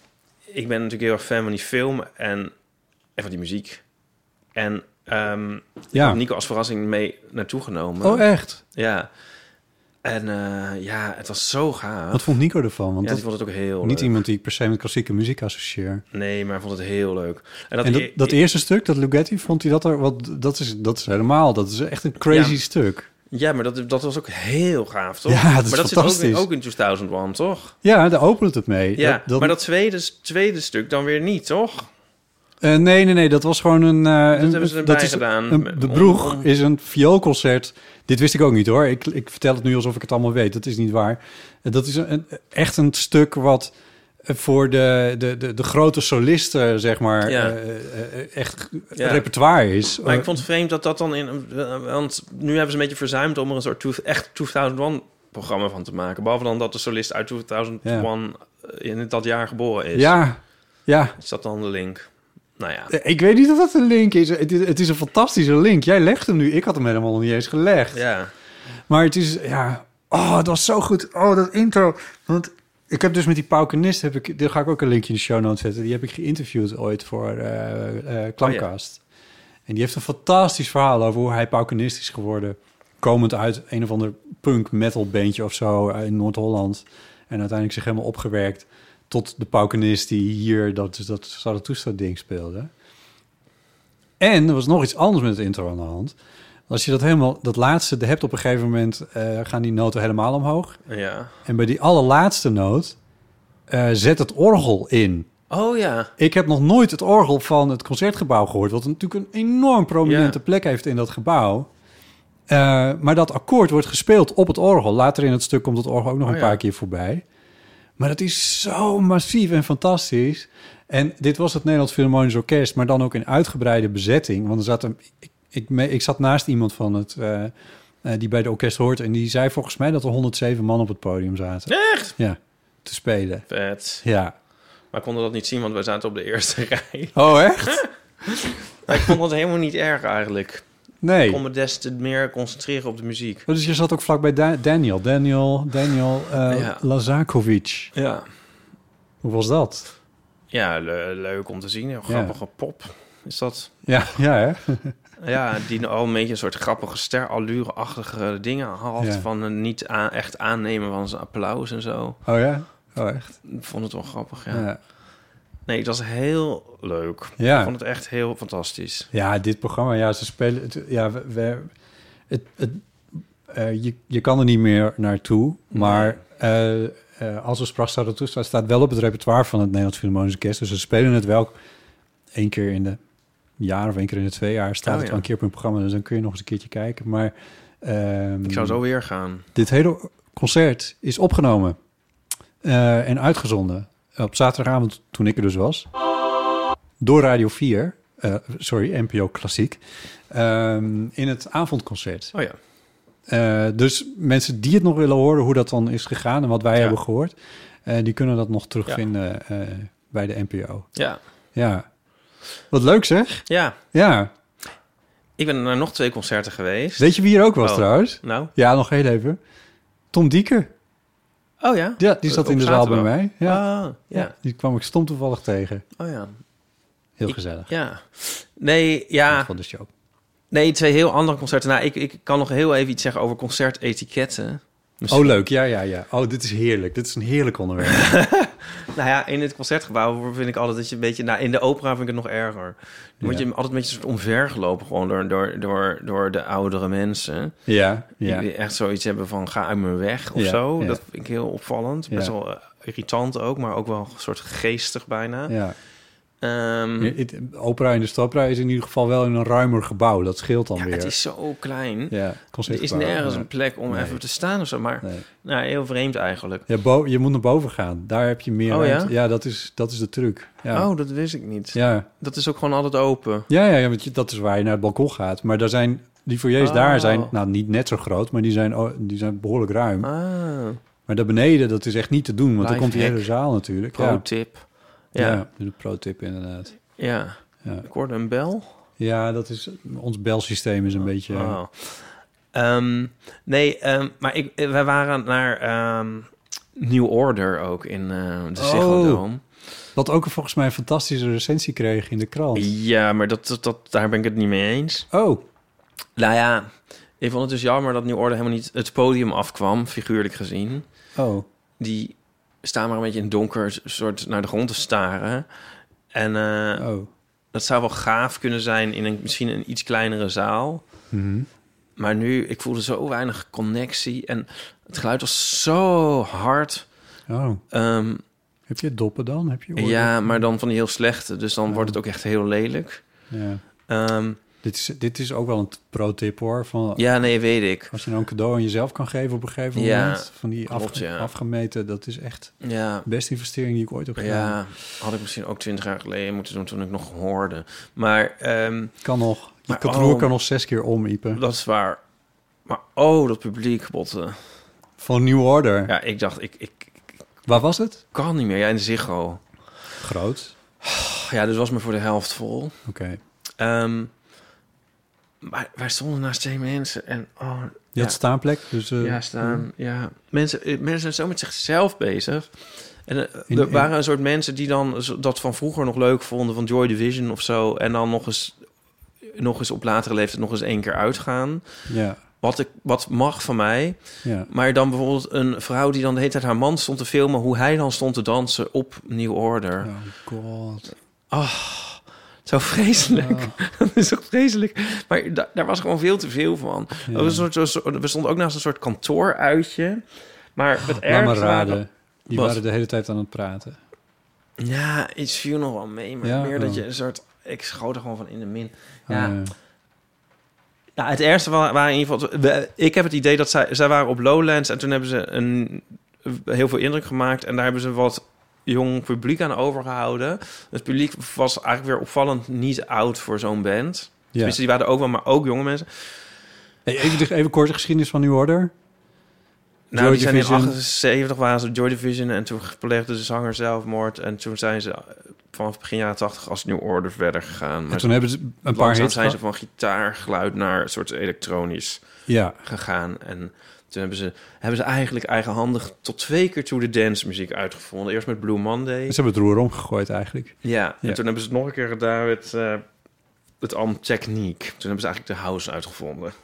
ik ben natuurlijk heel erg fan van die film en, en van die muziek. En um, ja. ik heb Nico als verrassing mee naartoe genomen. Oh, echt? Ja. En uh, ja, het was zo gaaf. Wat vond Nico ervan? Want ja, dat die vond het ook heel niet leuk. iemand die ik per se met klassieke muziek associeer. Nee, maar hij vond het heel leuk. En dat, en dat, e- dat eerste stuk, dat Ligeti, vond hij dat er... Wat, dat, is, dat is helemaal... Dat is echt een crazy ja, stuk. Ja, maar dat, dat was ook heel gaaf, toch? Ja, dat is maar dat fantastisch. zit ook in, ook in tweeduizend één, toch? Ja, daar opent het mee. Ja, dat, dat... maar dat tweede, tweede stuk dan weer niet, toch? Uh, nee, nee, nee, dat was gewoon een... Uh, dat een, hebben ze dat erbij is gedaan. Een, de Om- Broeg om- is een vioolconcert. Dit wist ik ook niet, hoor. Ik, ik vertel het nu alsof ik het allemaal weet. Dat is niet waar. Uh, dat is een, een, echt een stuk wat voor de, de, de, de grote solisten, zeg maar, Ja. uh, uh, echt Ja. repertoire is. Maar ik vond het vreemd dat dat dan in... Want nu hebben ze een beetje verzuimd om er een soort two, echt tweeduizend één-programma van te maken. Behalve dan dat de solist uit tweeduizend één in dat jaar geboren is. Ja, ja. Is dat dan de link? Nou ja. Ik weet niet of dat een link is. Het is, het is een fantastische link. Jij legt hem nu. Ik had hem helemaal nog niet eens gelegd. Ja. Maar het is, ja... Oh, het was zo goed. Oh, dat intro. Want ik heb dus met die paukenist... Heb ik, daar ga ik ook een linkje in de show notes zetten. Die heb ik geïnterviewd ooit voor uh, uh, Klamkast. Oh, ja. En die heeft een fantastisch verhaal over hoe hij paukenist is geworden. Komend uit een of ander punk metal bandje of zo in Noord-Holland. En uiteindelijk zich helemaal opgewerkt tot de paukenist die hier dat, dat Zarathustra-ding speelde. En er was nog iets anders met het intro aan de hand. Als je dat helemaal, dat laatste de hebt op een gegeven moment, uh, gaan die noten helemaal omhoog. Ja. En bij die allerlaatste noot uh, zet het orgel in. Oh ja. Ik heb nog nooit het orgel van het Concertgebouw gehoord, wat natuurlijk een enorm prominente Ja. plek heeft in dat gebouw. Uh, maar dat akkoord wordt gespeeld op het orgel. Later in het stuk komt het orgel ook nog Oh een ja. paar keer voorbij. Maar dat is zo massief en fantastisch. En dit was het Nederlands Philharmonisch Orkest, maar dan ook in uitgebreide bezetting. Want er zat een, ik, ik, ik zat naast iemand van het, uh, uh, die bij de orkest hoort. En die zei volgens mij dat er honderdzeven man op het podium zaten. Echt? Ja, te spelen. Vet. Ja. Maar ik kon dat niet zien, want wij zaten op de eerste rij. Oh, echt? Maar ik vond dat helemaal niet erg eigenlijk. Nee. Ik kon me des te meer concentreren op de muziek. Oh, dus je zat ook vlakbij da- Daniel. Daniel, Daniel uh, Ja. Lazakovic. Ja. Hoe was dat? Ja, le- leuk om te zien. Heel grappige pop is dat. Ja, ja hè? Ja, die al een beetje een soort grappige ster-allure-achtige dingen had. Ja. Van een niet aan, echt aannemen van zijn applaus en zo. Oh ja? Oh echt? Ik vond het wel grappig, ja. Ja. Nee, het was heel leuk. Ja. Ik vond het echt heel fantastisch. Ja, dit programma, ja, ze spelen... Het, ja, we, we, het, het, uh, je, je kan er niet meer naartoe, maar uh, uh, als we straks zouden toestaan, staat wel op het repertoire van het Nederlands Philharmonisch Orkest. Dus ze spelen het wel één keer in de jaar of één keer in de twee jaar. Staat Oh, het ja. wel een keer op een programma, dus dan kun je nog eens een keertje kijken. Maar um, Ik zou zo weer gaan. dit hele concert is opgenomen uh, en uitgezonden op zaterdagavond, toen ik er dus was, door Radio vier, uh, sorry, N P O Klassiek, um, in het avondconcert. Oh ja. Uh, dus mensen die het nog willen horen hoe dat dan is gegaan en wat wij Ja. hebben gehoord, uh, die kunnen dat nog terugvinden uh, bij de N P O. Ja. Ja. Wat leuk zeg. Ja. Ja. Ik ben naar nog twee concerten geweest. Weet je wie er ook was Oh. trouwens? Nou? Ja, nog heel even. Tom Dieke. Oh ja? Ja, die zat Op in de zaal bij zaterdag? mij. Ja. Ah, ja. Ja, die kwam ik stom toevallig tegen. Oh ja. Heel Ik- gezellig. Ja. Nee, ja. Van de show. Nee, twee heel andere concerten. Nou, ik, ik kan nog heel even iets zeggen over concertetiketten. Oh, leuk. Ja, ja, ja. Oh, dit is heerlijk. Dit is een heerlijk onderwerp. Nou ja, in het concertgebouw vind ik altijd dat je een beetje... Nou, in de opera vind ik het nog erger. Dan word je Ja. altijd een beetje soort omvergelopen gewoon door, door, door, door de oudere mensen. Ja, ja. Die echt zoiets hebben van ga uit mijn weg of Ja, zo. ja. Dat vind ik heel opvallend. Best Ja. wel uh, irritant ook, maar ook wel een soort geestig bijna. Ja. Ehm, Ja, het- opera in de Stopera is in ieder geval wel in een ruimer gebouw. Dat scheelt dan ja, weer. het is zo klein. Ja, Er is concertgebouw. nergens Ja. een plek om Nee. even te staan of zo. Maar Nee. nou, heel vreemd eigenlijk. Ja, bo- je moet naar boven gaan. Daar heb je meer Oh, ruimte. ja? Ja, dat is, dat is de truc. Ja. Oh, dat wist ik niet. Ja. Dat is ook gewoon altijd open. Ja, ja, ja, want je- dat is waar je naar het balkon gaat. Maar daar zijn, die foyers Oh. daar zijn, nou niet net zo groot, maar die zijn, oh, die zijn behoorlijk ruim. Ah, Maar daar beneden, dat is echt niet te doen, want dan komt die Lifehack. hele zaal natuurlijk. pro ja. tip. Ja, Ja. ja de pro-tip inderdaad. Ja. Ja. Ik hoorde een bel. Ja, dat is, ons belsysteem is een beetje... Oh. Ehm, nee, ehm, maar ik, wij waren naar ehm, New Order ook in eh, de Ziggo Oh. Dome. Wat ook volgens mij een fantastische recensie kreeg in de krant. Ja, maar dat, dat, dat, daar ben ik het niet mee eens. Oh. Nou ja, ik vond het dus jammer dat New Order helemaal niet het podium afkwam, figuurlijk gezien. Oh. Die staan maar een beetje in het donker soort naar de grond te staren. En uh, oh. dat zou wel gaaf kunnen zijn in een misschien een iets kleinere zaal. Mm-hmm. Maar nu, ik voelde zo weinig connectie en het geluid was zo hard. Oh. Um, Heb je doppen dan? Heb je ja, maar dan van die heel slechte. Dus dan oh. wordt het ook echt heel lelijk. Ja. Um, dit, is, dit is ook wel een pro-tip hoor. Van, ja, nee, weet ik. Als je nou een cadeau aan jezelf kan geven op een gegeven ja, moment. Van die klopt, afge, ja. afgemeten, dat is echt ja. de beste investering die ik ooit heb gedaan. Ja, had ik misschien ook twintig jaar geleden moeten doen toen ik nog hoorde. Maar... Um, kan nog. Je maar, roer oh, kan nog zes keer om, Ipe. Dat is waar. Maar oh, dat publiek, botten. Van New Order. Ja, ik dacht, ik... ik, ik Waar was het? Kan niet meer. Ja, in de Ziggo. Groot? Ja, dus was maar voor de helft vol. Oké. Okay. Um, maar wij stonden naast twee mensen en... Oh, je ja. had staanplek? Dus, uh, ja, staan. Ja. ja. Mensen, mensen zijn zo met zichzelf bezig. En uh, in, er waren een soort mensen die dan dat van vroeger nog leuk vonden... van Joy Division of zo. En dan nog eens, nog eens op latere leeftijd nog eens één keer uitgaan. Ja. Wat, ik, wat mag van mij. Ja. Maar dan bijvoorbeeld een vrouw die dan de hele tijd haar man stond te filmen... hoe hij dan stond te dansen op New Order. Oh god. Oh, zo vreselijk. Oh. Dat is toch vreselijk. Maar da- daar was gewoon veel te veel van. Ja. Dat was een soort, zo, we stonden ook naast een soort kantooruitje. Maar het Laat ergste maar raden. waren... Die Wat? waren de hele tijd aan het praten. Ja, iets viel nog wel mee. Maar ja? meer oh. dat je een soort... Ik schoot er gewoon van in de min. Ja. Oh, ja. Ja, het ergste waren in ieder geval... We, ik heb het idee dat zij... Zij waren op Lowlands en toen hebben ze een, heel veel indruk gemaakt. En daar hebben ze wat jong publiek aan overgehouden. Het publiek was eigenlijk weer opvallend niet oud voor zo'n band. Ja. Tenminste, die waren er ook wel, maar ook jonge mensen. Hey, even, even korte geschiedenis van New Order. Nou, Joy die zijn Division. In achtenzeventig waren ze Joy Division en toen pleegde de zanger zelfmoord. En toen zijn ze vanaf begin jaren tachtig als New Order verder gegaan. Maar en toen hebben ze een paar hits zijn ze van gitaargeluid naar een soort elektronisch ja. gegaan. En toen hebben ze, hebben ze eigenlijk eigenhandig tot twee keer toe de dance muziek uitgevonden. Eerst met Blue Monday. Ze hebben het roer omgegooid eigenlijk. Ja, en ja. toen hebben ze het nog een keer gedaan met uh, het album Technique. Toen hebben ze eigenlijk de house uitgevonden.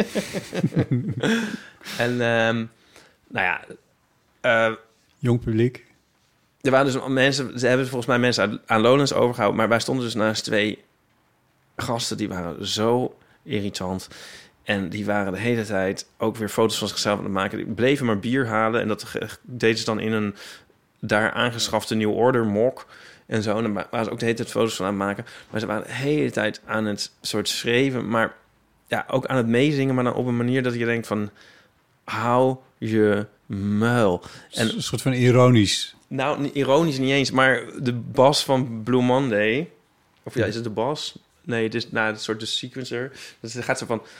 en... Um, Nou ja... Uh, Jong publiek. Er waren dus mensen... Ze hebben volgens mij mensen aan Lowlands overgehouden. Maar wij stonden dus naast twee gasten... die waren zo irritant. En die waren de hele tijd ook weer foto's van zichzelf aan het maken. Die bleven maar bier halen. En dat deden ze dan in een daar aangeschafte New Order mok. En zo. En dan waren ze ook de hele tijd foto's van aan het maken. Maar ze waren de hele tijd aan het soort schreeuwen. Maar ja, ook aan het meezingen. Maar dan op een manier dat je denkt van... Hou je muil. En, een soort van ironisch. Nou, ironisch niet eens, maar de bas van Blue Monday... Of ja, is het de bas? Nee, het is nou, een soort de sequencer. Dus het gaat zo van...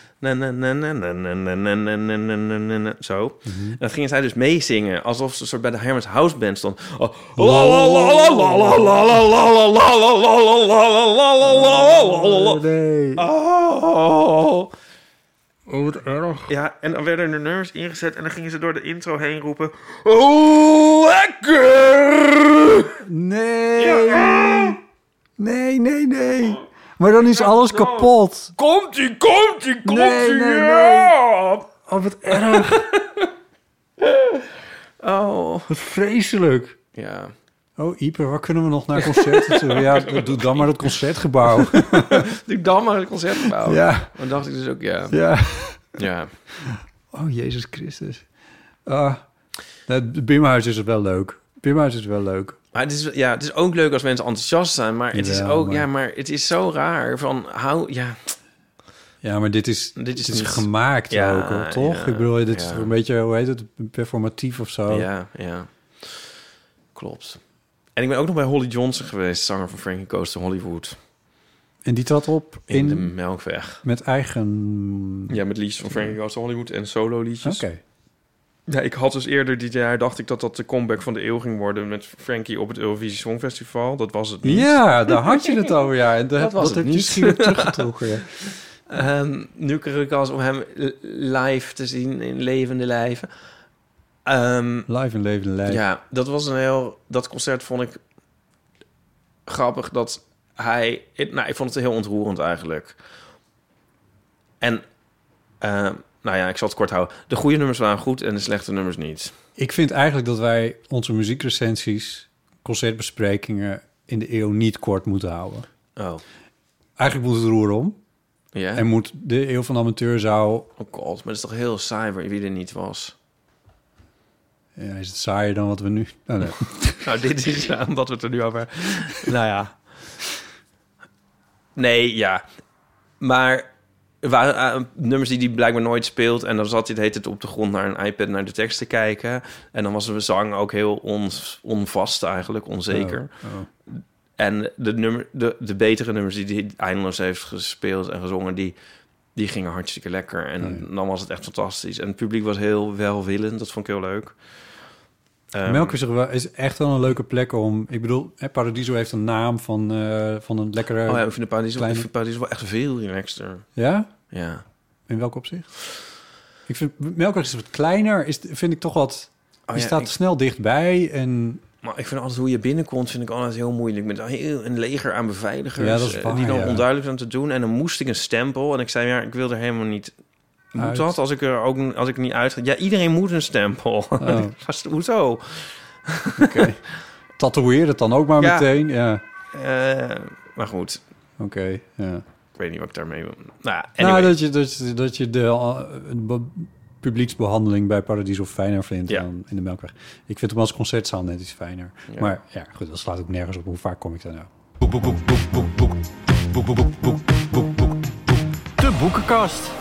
Zo. En dan gingen zij dus meezingen... alsof ze een soort bij de Hermes House Band stond. Nee. Oh... Oh, wat erg. Ja, en dan werden er nummers ingezet... en dan gingen ze door de intro heen roepen... Oh, lekker! Nee! Ja. Nee, nee, nee. Maar dan is ja, alles nou. kapot. Komt-ie, komt-ie, komt-ie, nee, nee, ja! Nee. Oh, wat erg. Oh. Wat vreselijk. Ja. Oh, Ipe, waar kunnen we nog naar concerten toe? Ja, doe dan maar het concertgebouw. Doe dan maar het concertgebouw. Ja. Dan dacht ik dus ook, ja. Ja. Ja. Oh, Jezus Christus. Ah, het Bimhuis is wel leuk. Bimhuis is wel leuk. Maar het is, ja, het is ook leuk als mensen enthousiast zijn. Maar het ja, is ook, maar... ja, maar het is zo raar. Van, hou, ja... Ja, maar dit is, dit is, dit is gemaakt ja, ook, hoor, toch? Ja, ik bedoel, dit ja. is toch een beetje, hoe heet het, performatief of zo? Ja, ja. Klopt. En ik ben ook nog bij Holly Johnson geweest, zanger van Frankie Goes to Hollywood. En die trad op in... in de Melkweg. Met eigen... Ja, met liedjes van Frankie Goes to Hollywood en solo liedjes. Oké. Okay. Ja, ik had dus eerder dit jaar, dacht ik dat dat de comeback van de eeuw ging worden met Frankie op het Eurovisie Songfestival. Dat was het niet. Ja, daar had je het over, ja. En de, dat was dat het niet. Misschien weer teruggetrokken, ja. Um, nu kreeg ik kans om hem live te zien in levende lijven. Um, live in levende lijven. Ja, dat was een heel... Dat concert vond ik grappig dat hij... Het, nou, ik vond het heel ontroerend eigenlijk. En, uh, nou ja, ik zal het kort houden. De goede nummers waren goed en de slechte nummers niet. Ik vind eigenlijk dat wij onze muziekrecensies, concertbesprekingen in de eeuw niet kort moeten houden. Oh. Eigenlijk moet het roer om. Ja? En moet de eeuw van de amateur zou... Oh god, maar dat is toch heel saai wie er niet was. Ja, is het saaier dan wat we nu... Oh, nee. Nou, dit is uh, wat we het er nu over... nou ja. Nee, ja. Maar er waren uh, nummers die hij blijkbaar nooit speelt. En dan zat hij de hele tijd op de grond naar een iPad naar de tekst te kijken. En dan was de zang ook heel on, onvast eigenlijk, onzeker. Oh, oh. En de, nummer, de, de betere nummers die hij eindeloos heeft gespeeld en gezongen... die, die gingen hartstikke lekker. En oh, ja. dan was het echt fantastisch. En het publiek was heel welwillend. Dat vond ik heel leuk. Um, Melkweg is echt wel een leuke plek om... Ik bedoel, hè, Paradiso heeft een naam van, uh, van een lekkere... Oh ja, ik vind, de Paradiso, kleine... ik vind Paradiso wel echt veel relaxter. Ja? Ja. In welk opzicht? Ik vind Melkweg is wat kleiner. Is, vind ik toch wat... Oh, je ja, staat ik... snel dichtbij en... Maar ik vind altijd hoe je binnenkomt, vind ik altijd heel moeilijk. Met heel, een leger aan beveiligers ja, dat is waar, die dan ja. onduidelijk zijn te doen. En dan moest ik een stempel. En ik zei, ja, ik wil er helemaal niet... Moet uit. Dat? Als ik er ook als ik er niet uit ga? Ja, iedereen moet een stempel. Oh. Hoezo? Oké. Okay. Tatoeëer het dan ook maar ja. meteen. Ja. Uh, maar goed. Oké, okay, ja. Ik weet niet wat ik daarmee wil. Nou, anyway. nou dat, je, dat, je, dat je de uh, publieksbehandeling bij Paradiso fijner vindt ja. dan in de Melkweg. Ik vind hem als concertzaal net iets fijner. Ja. Maar ja, goed, dat slaat ook nergens op. Hoe vaak kom ik daar nou? Boek, boek, boek, boek, boek, boek, boek, boek, boek, boek, boek, boek. De boekenkast.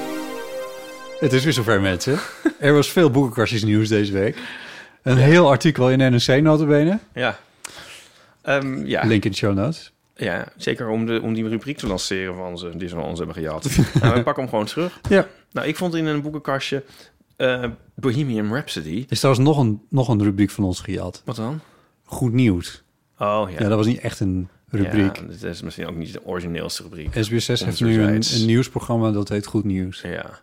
Het is weer zover, mensen. Er was veel boekenkastjesnieuws deze week. Een ja. heel artikel in N R C notabene. Ja. Um, ja. Link in de show notes. Ja, zeker om, de, om die rubriek te lanceren van ze, die ze van ons hebben gejat. Nou, we pakken hem gewoon terug. Ja. Nou, ik vond in een boekenkastje uh, Bohemian Rhapsody. Is trouwens nog een, nog een rubriek van ons gejat. Wat dan? Goed nieuws. Oh, ja. Ja, dat was niet echt een rubriek. Ja, dat is misschien ook niet de origineelste rubriek. S B S zes heeft nu een, een nieuwsprogramma dat heet Goed Nieuws. Ja.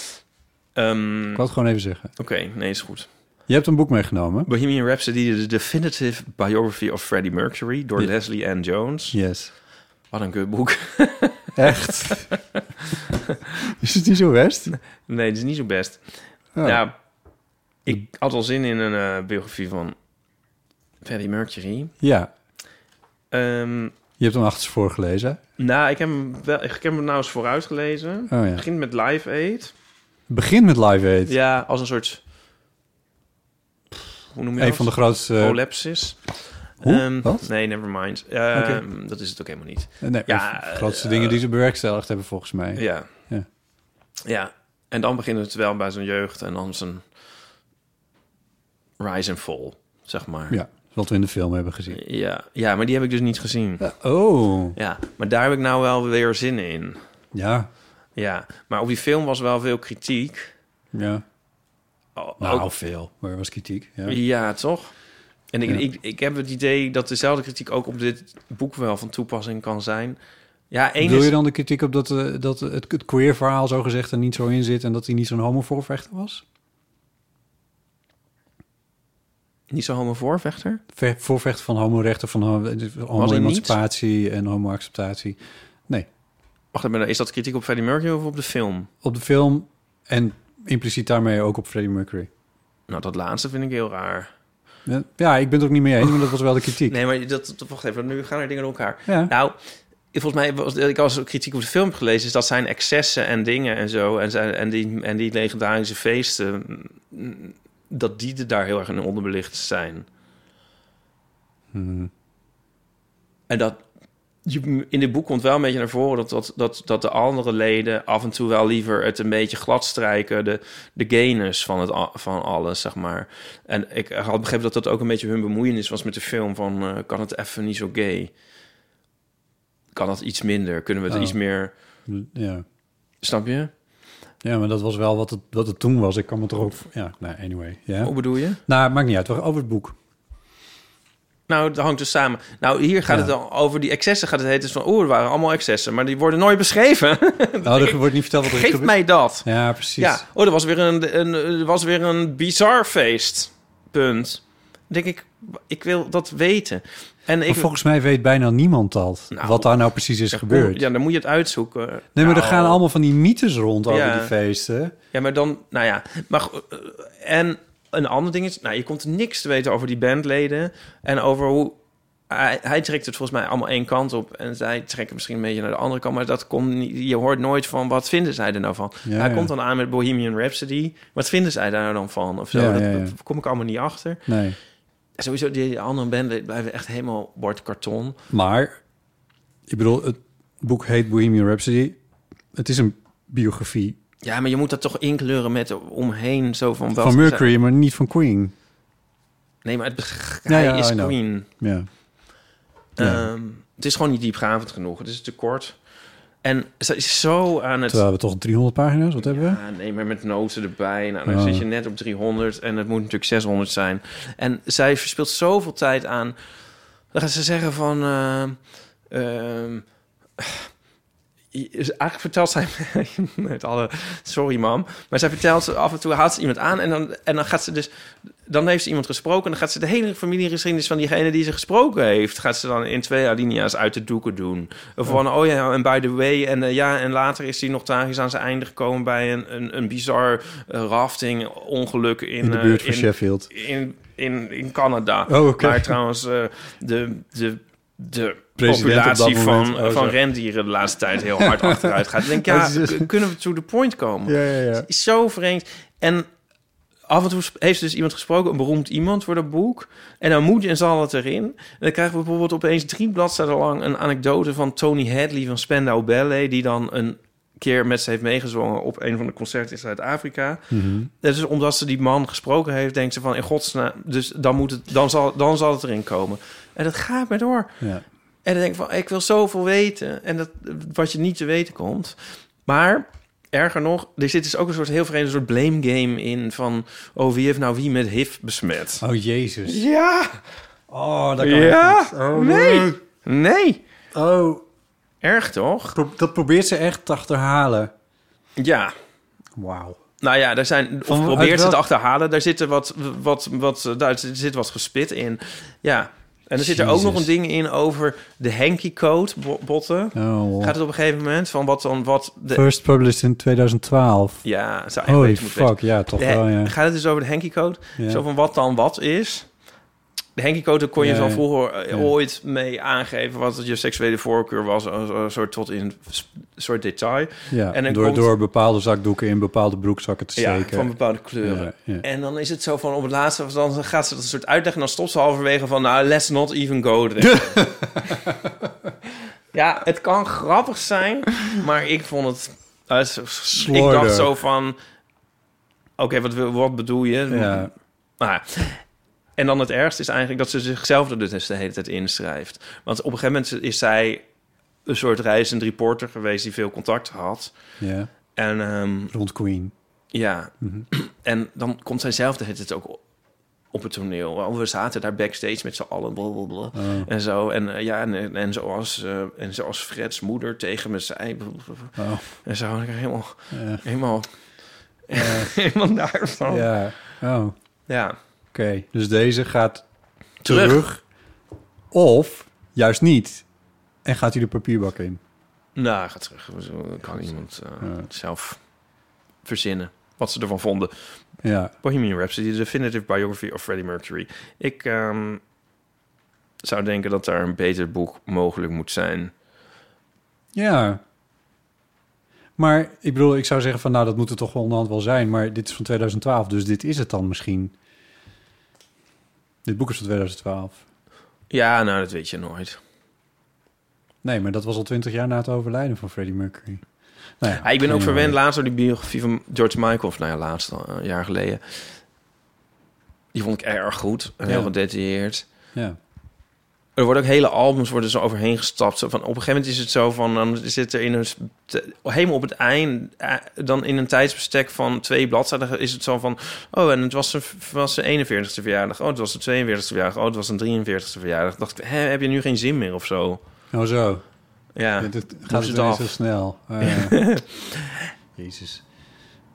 Um, ik wou het gewoon even zeggen. Oké, okay, nee, is goed. Je hebt een boek meegenomen. Bohemian Rhapsody, The Definitive Biography of Freddie Mercury... door ja. Leslie Ann Jones. Yes. Wat een kutboek. Echt? Is het niet zo best? Nee, het is niet zo best. Oh. Nou, ik had al zin in een uh, biografie van Freddie Mercury. Ja. Um, Je hebt hem achter voor gelezen? Nou, ik heb hem, wel, ik heb hem nou eens vooruit gelezen. Oh, ja. Het begint met Live Aid. Begin met Live Aid? Ja, als een soort... Hoe noem je een dat? van de grootste... Prolapsis. Hoe? Um, Wat? Nee, never mind. Uh, okay. Dat is het ook helemaal niet. Nee, ja, de grootste uh, dingen die ze bewerkstelligd hebben, volgens mij. Ja. Ja. Ja. En dan begint het wel bij zijn jeugd en dan zijn rise and fall, zeg maar. Ja, wat we in de film hebben gezien. Ja, ja, maar die heb ik dus niet gezien. Ja, oh. Ja, maar daar heb ik nou wel weer zin in. Ja. Ja, maar op die film was wel veel kritiek. Ja. Oh, nou, ook veel. Maar er was kritiek. Ja, ja toch? En ik, ja. ik, ik heb het idee dat dezelfde kritiek ook op dit boek wel van toepassing kan zijn. Ja, één Doe is... je dan de kritiek op dat, uh, dat het, het queer verhaal zo gezegd er niet zo in zit en dat hij niet zo'n homo-voorvechter was? Niet zo'n homo-voorvechter? Ver, voorvechter van homorechten, van homo-emancipatie en homo-acceptatie. Nee. Wacht even, is dat kritiek op Freddie Mercury of op de film? Op de film en impliciet daarmee ook op Freddie Mercury. Nou, dat laatste vind ik heel raar. Ja, ja, ik ben het ook niet mee eens, maar dat was wel de kritiek. Nee, maar dat, dat, wacht even, nu gaan er dingen door elkaar. Ja. Nou, volgens mij, was, ik als kritiek op de film heb gelezen, is dat zijn excessen en dingen en zo, en, zijn, en, die, en die legendarische feesten, dat die er daar heel erg in onderbelicht zijn. Hmm. En dat, in dit boek komt wel een beetje naar voren dat, dat, dat, dat de andere leden af en toe wel liever het een beetje gladstrijken, de, de genus van, het, van alles, zeg maar. En ik had begrepen dat dat ook een beetje hun bemoeienis was met de film van, uh, kan het even niet zo gay? Kan dat iets minder? Kunnen we het oh. iets meer... Ja. Snap je? Ja, maar dat was wel wat het, wat het toen was. Ik kan me toch ook... Ja, nou, anyway. Ja. Hoe bedoel je? Nou, maakt niet uit. Over het boek. Nou, dat hangt dus samen. Nou, hier gaat ja. het al over die excessen. Gaat het heten van, oh, er waren allemaal excessen, maar die worden nooit beschreven. Nou, er wordt niet verteld wat er Geef mij dat. Ja, precies. Ja. Oh, er was weer een, een, er was weer een bizar feest. Punt. Dan denk ik, Ik wil dat weten. En Maar ik, volgens mij weet bijna niemand dat. Nou, wat daar nou precies is ja, gebeurd. Ja, dan moet je het uitzoeken. Nee, maar Nou, er gaan allemaal van die mythes rond over ja. die feesten. Ja, maar dan, nou ja. Maar, uh, en een ander ding is, nou, je komt niks te weten over die bandleden. En over hoe, hij, hij trekt het volgens mij allemaal één kant op. En zij trekken misschien een beetje naar de andere kant. Maar dat komt niet, je hoort nooit van, wat vinden zij er nou van? Ja, hij ja. komt dan aan met Bohemian Rhapsody. Wat vinden zij daar dan van? Of zo, Ja, dat, ja, ja. dat kom ik allemaal niet achter. Nee. Sowieso, die andere bandleden blijven echt helemaal bord karton. Maar, ik bedoel, het boek heet Bohemian Rhapsody. Het is een biografie. Ja, maar je moet dat toch inkleuren met omheen zo van... Van Mercury, maar niet van Queen. Nee, maar het, Ja, hij ja, is I know. Queen. Ja. Ja. Um, het is gewoon niet diepgravend genoeg. Het is te kort. En ze is zo aan het... Terwijl we toch driehonderd pagina's, wat hebben we? Ja, nee, maar met noten erbij. Nou, dan Oh. zit je net op driehonderd en het moet natuurlijk zeshonderd zijn. En zij verspeelt zoveel tijd aan... Dan gaat ze zeggen van... Uh, uh, eigenlijk vertelt zij met alle... Sorry, mam. Maar zij vertelt af en toe... haalt ze iemand aan en dan, en dan gaat ze dus... Dan heeft ze iemand gesproken... en dan gaat ze de hele familiegeschiedenis van diegene die ze gesproken heeft... gaat ze dan in twee alinea's uit de doeken doen. Of van, oh ja, en by the way... en uh, ja, en later is hij nog tragisch aan zijn einde gekomen... bij een, een, een bizar uh, rafting-ongeluk in... In de buurt uh, van in, Sheffield. In, in, in Canada. Oh, oké. Maar trouwens, uh, de... de de President op populatie dat van, moment. Oh, van zo. rendieren de laatste tijd heel hard achteruit gaat. Ik denk, ja, k- kunnen we to the point komen? Ja, ja, ja. Het is zo vreemd. En af en toe heeft dus iemand gesproken, een beroemd iemand voor dat boek. En dan moet je en zal het erin. En dan krijgen we bijvoorbeeld opeens drie bladzijden lang... een anekdote van Tony Hadley van Spandau Ballet... die dan een keer met ze heeft meegezongen op een van de concerten in Zuid-Afrika. Mm-hmm. Dus omdat ze die man gesproken heeft, denkt ze van in godsnaam, dus dan moet het, dan zal, dan zal het erin komen. En dat gaat maar door. Ja. En dan denk ik van, ik wil zoveel weten en dat wat je niet te weten komt. Maar erger nog, er zit dus ook een soort heel vreemde soort blame game in van, oh, wie heeft nou wie met H I V besmet? Oh, Jezus. Ja. Oh, dat kan Ja. echt niet. Oh, nee. Nee. Oh. Erg toch? Pro- dat probeert ze echt te achterhalen. Ja. Wauw. Nou ja, daar zijn, of Van- probeert uit ze te welk- achterhalen. Daar zit er wat, wat, wat, daar zit wat gespit in. Ja. En er zit er ook Jezus. nog een ding in over de Henky-code, bo- botten. Oh. Gaat het op een gegeven moment van wat dan wat de... First published in twintig twaalf. Ja, zou echt Holy weten moeten fuck, weten. ja, toch De- wel, ja. Gaat het dus over de Henky-code? Ja. Zo van wat dan wat is. De Henky-code, daar kon je Ja, van ja. vroeger eh, Ja. ooit mee aangeven wat het je seksuele voorkeur was. Een een soort tot in sp- soort detail. Ja, en dan door, komt- door bepaalde zakdoeken in bepaalde broekzakken te Ja, steken. van bepaalde kleuren. Ja, ja. En dan is het zo van op het laatste, dan gaat ze dat een soort uitleggen en dan stopt ze halverwege van, nou, let's not even go there. Ja, het kan grappig zijn, maar ik vond het... Uh, s- s- ik Slordig. dacht zo van... Oké, wat, wil- wat bedoel je? Ja. Nou, ja. En dan het ergste is eigenlijk dat ze zichzelf er dus de hele tijd inschrijft. Want op een gegeven moment is zij een soort reizend reporter geweest die veel contact had. Ja. En, ehm, Rond Queen. ja, Mhm. en dan komt zij zelf de hele tijd ook op het toneel. Oh, we zaten daar backstage met z'n allen, blablabla, Oh. en zo. En eh, ja, en, en, zoals, eh, en zoals Freds moeder tegen me zei, blablabla. Oh. En zo, en ik helemaal, Ja. helemaal, Ja. helemaal daarvan. Ja. Oh. Ja. Oké, dus deze gaat Terug. terug. Of juist niet. En gaat hij de papierbak in. Nou, ga terug. Zo kan iemand uh, Ja. zelf verzinnen wat ze ervan vonden. Ja. Bohemian Rhapsody, The Definitive Biography of Freddie Mercury. Ik um, zou denken dat daar een beter boek mogelijk moet zijn. Ja. Maar ik bedoel, ik zou zeggen van, nou, dat moet er toch wel onderhand wel zijn. Maar dit is van twintig twaalf, dus dit is het dan misschien. Dit boek is van twintig twaalf. Ja, nou, dat weet je nooit. Nee, maar dat was al twintig jaar na het overlijden van Freddie Mercury. Nou ja, Ja, ik ben ook geen verwend idee. laatst door die biografie van George Michael. Of nou ja, laatst al, een jaar geleden. Die vond ik erg goed. En heel Ja. gedetailleerd. Ja. Er worden ook hele albums worden zo overheen gestapt. Zo van, op een gegeven moment is het zo van... dan zit er in een... te- helemaal op het eind... eh, dan in een tijdsbestek van twee bladzijden... is het zo van... oh, en het was zijn, was zijn eenenveertigste verjaardag. Oh, het was zijn tweeënveertigste verjaardag. Oh, het was zijn drieënveertigste verjaardag. Dacht ik, hè, heb je nu geen zin meer of zo? Oh zo. Ja, Ja, dit moest gaat het het ineens af. zo snel. Oh, ja. Jezus.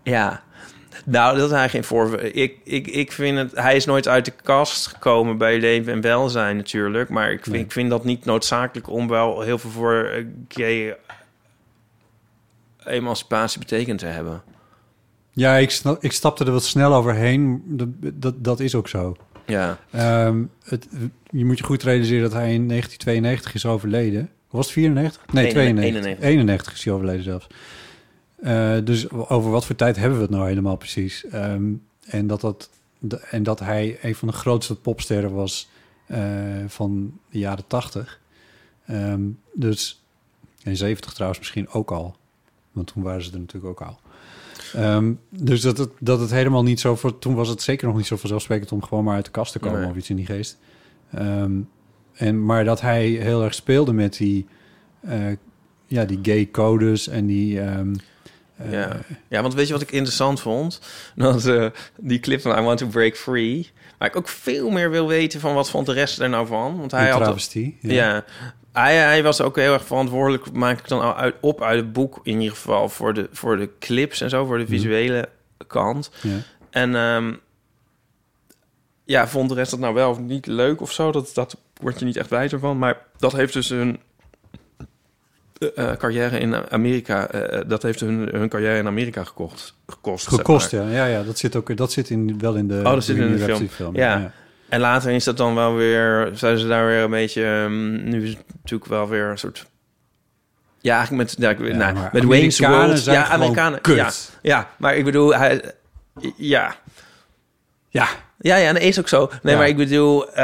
Ja, nou, dat hij geen voor. Ik, ik, ik vind het. Hij is nooit uit de kast gekomen bij leven en welzijn, natuurlijk. Maar ik vind, nee. ik vind dat niet noodzakelijk om wel heel veel voor uh, gay emancipatie betekend te hebben. Ja, ik, snap, ik stapte er wat snel overheen. Dat, dat, dat is ook zo. Ja. Um, het, je moet je goed realiseren dat hij in negentien tweeënnegentig is overleden. Was het vierennegentig? Nee, tweeënnegentig. eenennegentig. eenennegentig is hij overleden zelfs. Uh, dus over wat voor tijd hebben we het nou helemaal precies? Um, en, dat dat, de, en dat hij een van de grootste popsterren was uh, van de jaren tachtig. Um, dus in zeventig trouwens misschien ook al. Want toen waren ze er natuurlijk ook al. Um, dus dat het, dat het helemaal niet zo... Voor, toen was het zeker nog niet zo vanzelfsprekend om gewoon maar uit de kast te komen, nee. Of iets in die geest. Um, en, maar dat hij heel erg speelde met die, uh, ja, die gay codes en die... Um, uh, ja. ja, want weet je wat ik interessant vond? Dat uh, die clip van I Want to Break Free... Maar ik ook veel meer wil weten van wat vond de rest er nou van. Want hij had travestie. Ja. ja. Hij, hij was ook heel erg verantwoordelijk, maak ik dan uit, op uit het boek in ieder geval... voor de, voor de clips en zo, voor de visuele mm. kant. Ja. En um, ja, vond de rest dat nou wel of niet leuk of zo? Dat, dat word je niet echt wijzer van. Maar dat heeft dus hun uh, carrière in Amerika... Uh, dat heeft hun, hun carrière in Amerika gekocht, gekost. Gekost, zeg maar. ja. ja. Ja, dat zit, ook, dat zit in, wel in de... Oh, dat zit in de film. film. Ja. ja. En later is dat dan wel weer... Zijn ze daar weer een beetje... Um, nu is het natuurlijk wel weer een soort... Ja, eigenlijk met... Ja, ja, nou, met Wayne's World. Ja, Amerikanen. Kut. Ja, ja, maar ik bedoel... Hij, ja. Ja. Ja, ja, dat is ook zo. Nee, ja. maar ik bedoel... Uh,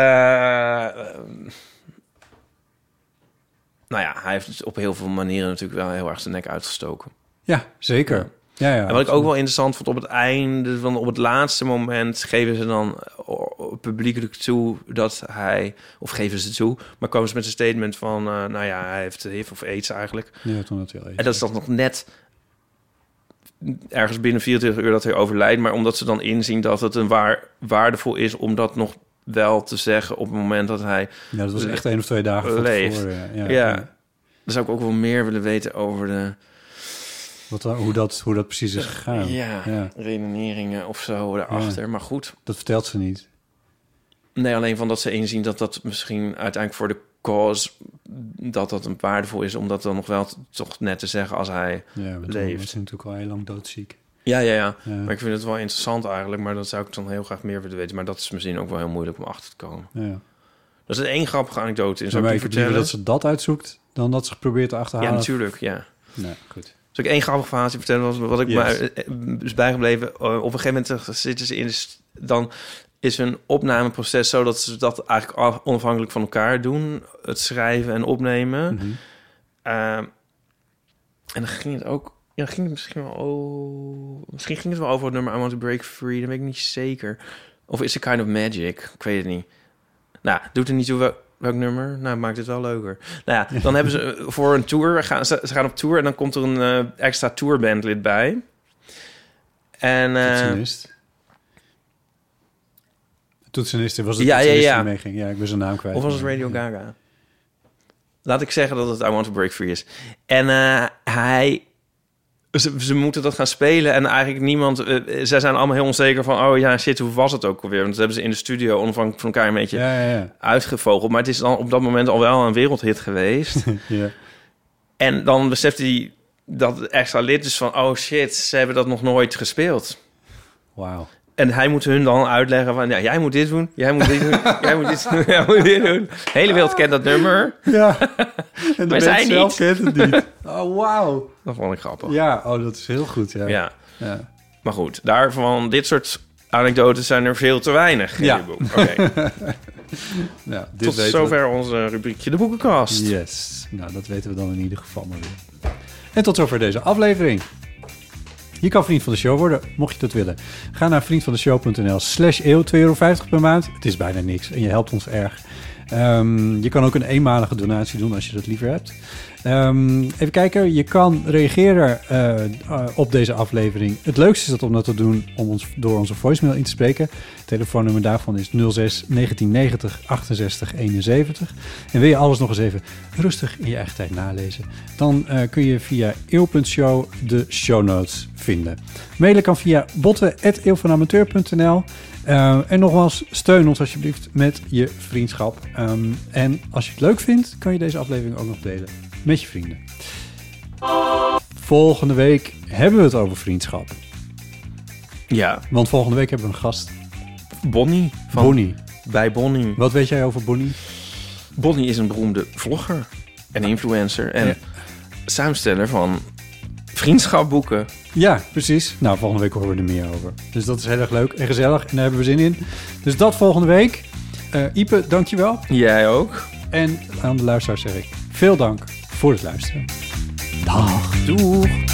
nou ja, hij heeft dus op heel veel manieren natuurlijk wel heel erg zijn nek uitgestoken. Ja, zeker. Ja. Ja, ja, en wat ik ook wel interessant vond op het einde, van op het laatste moment geven ze dan publiekelijk toe dat hij, of geven ze toe, maar komen ze met een statement van, uh, nou ja, hij heeft H I V of AIDS eigenlijk. Ja, toen had hij AIDS. En dat is dan nog net ergens binnen vierentwintig uur dat hij overlijdt, maar omdat ze dan inzien dat het een waar, waardevol is om dat nog wel te zeggen op het moment dat hij ja, dat was echt één of twee dagen leeft. Voor, ja, ja, ja. ja. Dan zou ik ook wel meer willen weten over de Wat, hoe, dat, hoe dat precies is gegaan. Ja, ja. redeneringen of zo daarachter. Ja, maar goed. Dat vertelt ze niet. Nee, alleen van dat ze inzien dat dat misschien uiteindelijk voor de cause... dat dat een waardevol is om dat dan nog wel t- toch net te zeggen als hij ja, maar leeft. Was hij natuurlijk al heel lang doodziek. Ja, ja, ja, ja. Maar ik vind het wel interessant eigenlijk. Maar dat zou ik dan heel graag meer willen weten. Maar dat is misschien ook wel heel moeilijk om achter te komen. Ja. Dat is één grappige anecdote in. Zou ja, ik ik vertellen? dat ze dat uitzoekt dan dat ze probeert te achterhalen. Ja, natuurlijk, ja. Nee, goed. Zal ik één grappig verhaaltje vertellen? Wat, wat ik yes. maar is bijgebleven. Uh, op een gegeven moment zitten ze in de st- dan is een opnameproces zo dat ze dat eigenlijk onafhankelijk van elkaar doen. Het schrijven en opnemen. Mm-hmm. Uh, en dan ging het ook... Ja, ging het misschien wel... Oh, misschien ging het wel over het nummer I Want to Break Free. Dat weet ik niet zeker. Of is it Kind of Magic? Ik weet het niet. Nou, doet er niet toe... Wel, welk nummer? Nou, maakt het wel leuker. Nou ja, dan hebben ze voor een tour... Gaan, ze, ze gaan op tour en dan komt er een uh, extra tourbandlid bij. En... Uh, Toetsenist. Toetsenist, was het ja, toetsenist ja, ja. die meeging? Ja, ik ben zijn naam kwijt. Of was het Radio Gaga? Laat ik zeggen dat het I Want to Break Free is. En uh, hij... Ze, ze moeten dat gaan spelen en eigenlijk niemand... Uh, zij zijn allemaal heel onzeker van... oh ja, shit, hoe was het ook alweer? Want dat hebben ze in de studio onafhankelijk van elkaar een beetje ja, ja, ja. uitgevogeld. Maar het is dan op dat moment al wel een wereldhit geweest. ja. En dan beseft hij dat extra lid is van... oh shit, ze hebben dat nog nooit gespeeld. Wauw. En hij moet hun dan uitleggen van... ja, jij moet dit doen, jij moet dit doen, jij moet dit doen, jij moet dit doen. De hele wereld kent dat nummer. Ja, en maar zij zelf niet. kent het niet. Oh, wauw. Dat vond ik grappig. Ja, oh, dat is heel goed, ja. Ja. ja. Maar goed, daarvan, dit soort anekdotes zijn er veel te weinig in ja. je boek. Oké. nou, dit Tot zover we. Onze rubriekje De Boekenkast. Yes, nou, dat weten we dan in ieder geval maar weer. En tot zover deze aflevering. Je kan vriend van de show worden, mocht je dat willen. Ga naar vriendvandeshow.nl slash eeuw, twee euro vijftig per maand. Het is bijna niks en je helpt ons erg. Um, je kan ook een eenmalige donatie doen als je dat liever hebt. Um, even kijken, je kan reageren uh, uh, op deze aflevering. Het leukste is dat om dat te doen om ons, door onze voicemail in te spreken. Het telefoonnummer daarvan is nul zes negentien negentig achtenzestig eenenzeventig. En wil je alles nog eens even rustig in je eigen tijd nalezen, dan uh, kun je via eeuw punt show de show notes vinden. Mailen kan via botten at eeuw van amateur punt n l. Uh, en nogmaals, steun ons alsjeblieft met je vriendschap. Um, en als je het leuk vindt, kan je deze aflevering ook nog delen met je vrienden. Volgende week hebben we het over vriendschap. Ja. Want volgende week hebben we een gast. Bonnie. Van Bonnie. Bij Bonnie. Wat weet jij over Bonnie? Bonnie is een beroemde vlogger en influencer. En ja. samensteller van vriendschapboeken. Ja, precies. Nou, volgende week horen we er meer over. Dus dat is heel erg leuk en gezellig. En daar hebben we zin in. Dus dat volgende week. Uh, Ipe, dankjewel. Jij ook. En aan de luisteraars zeg ik veel dank voor het luisteren. Dag. Doeg.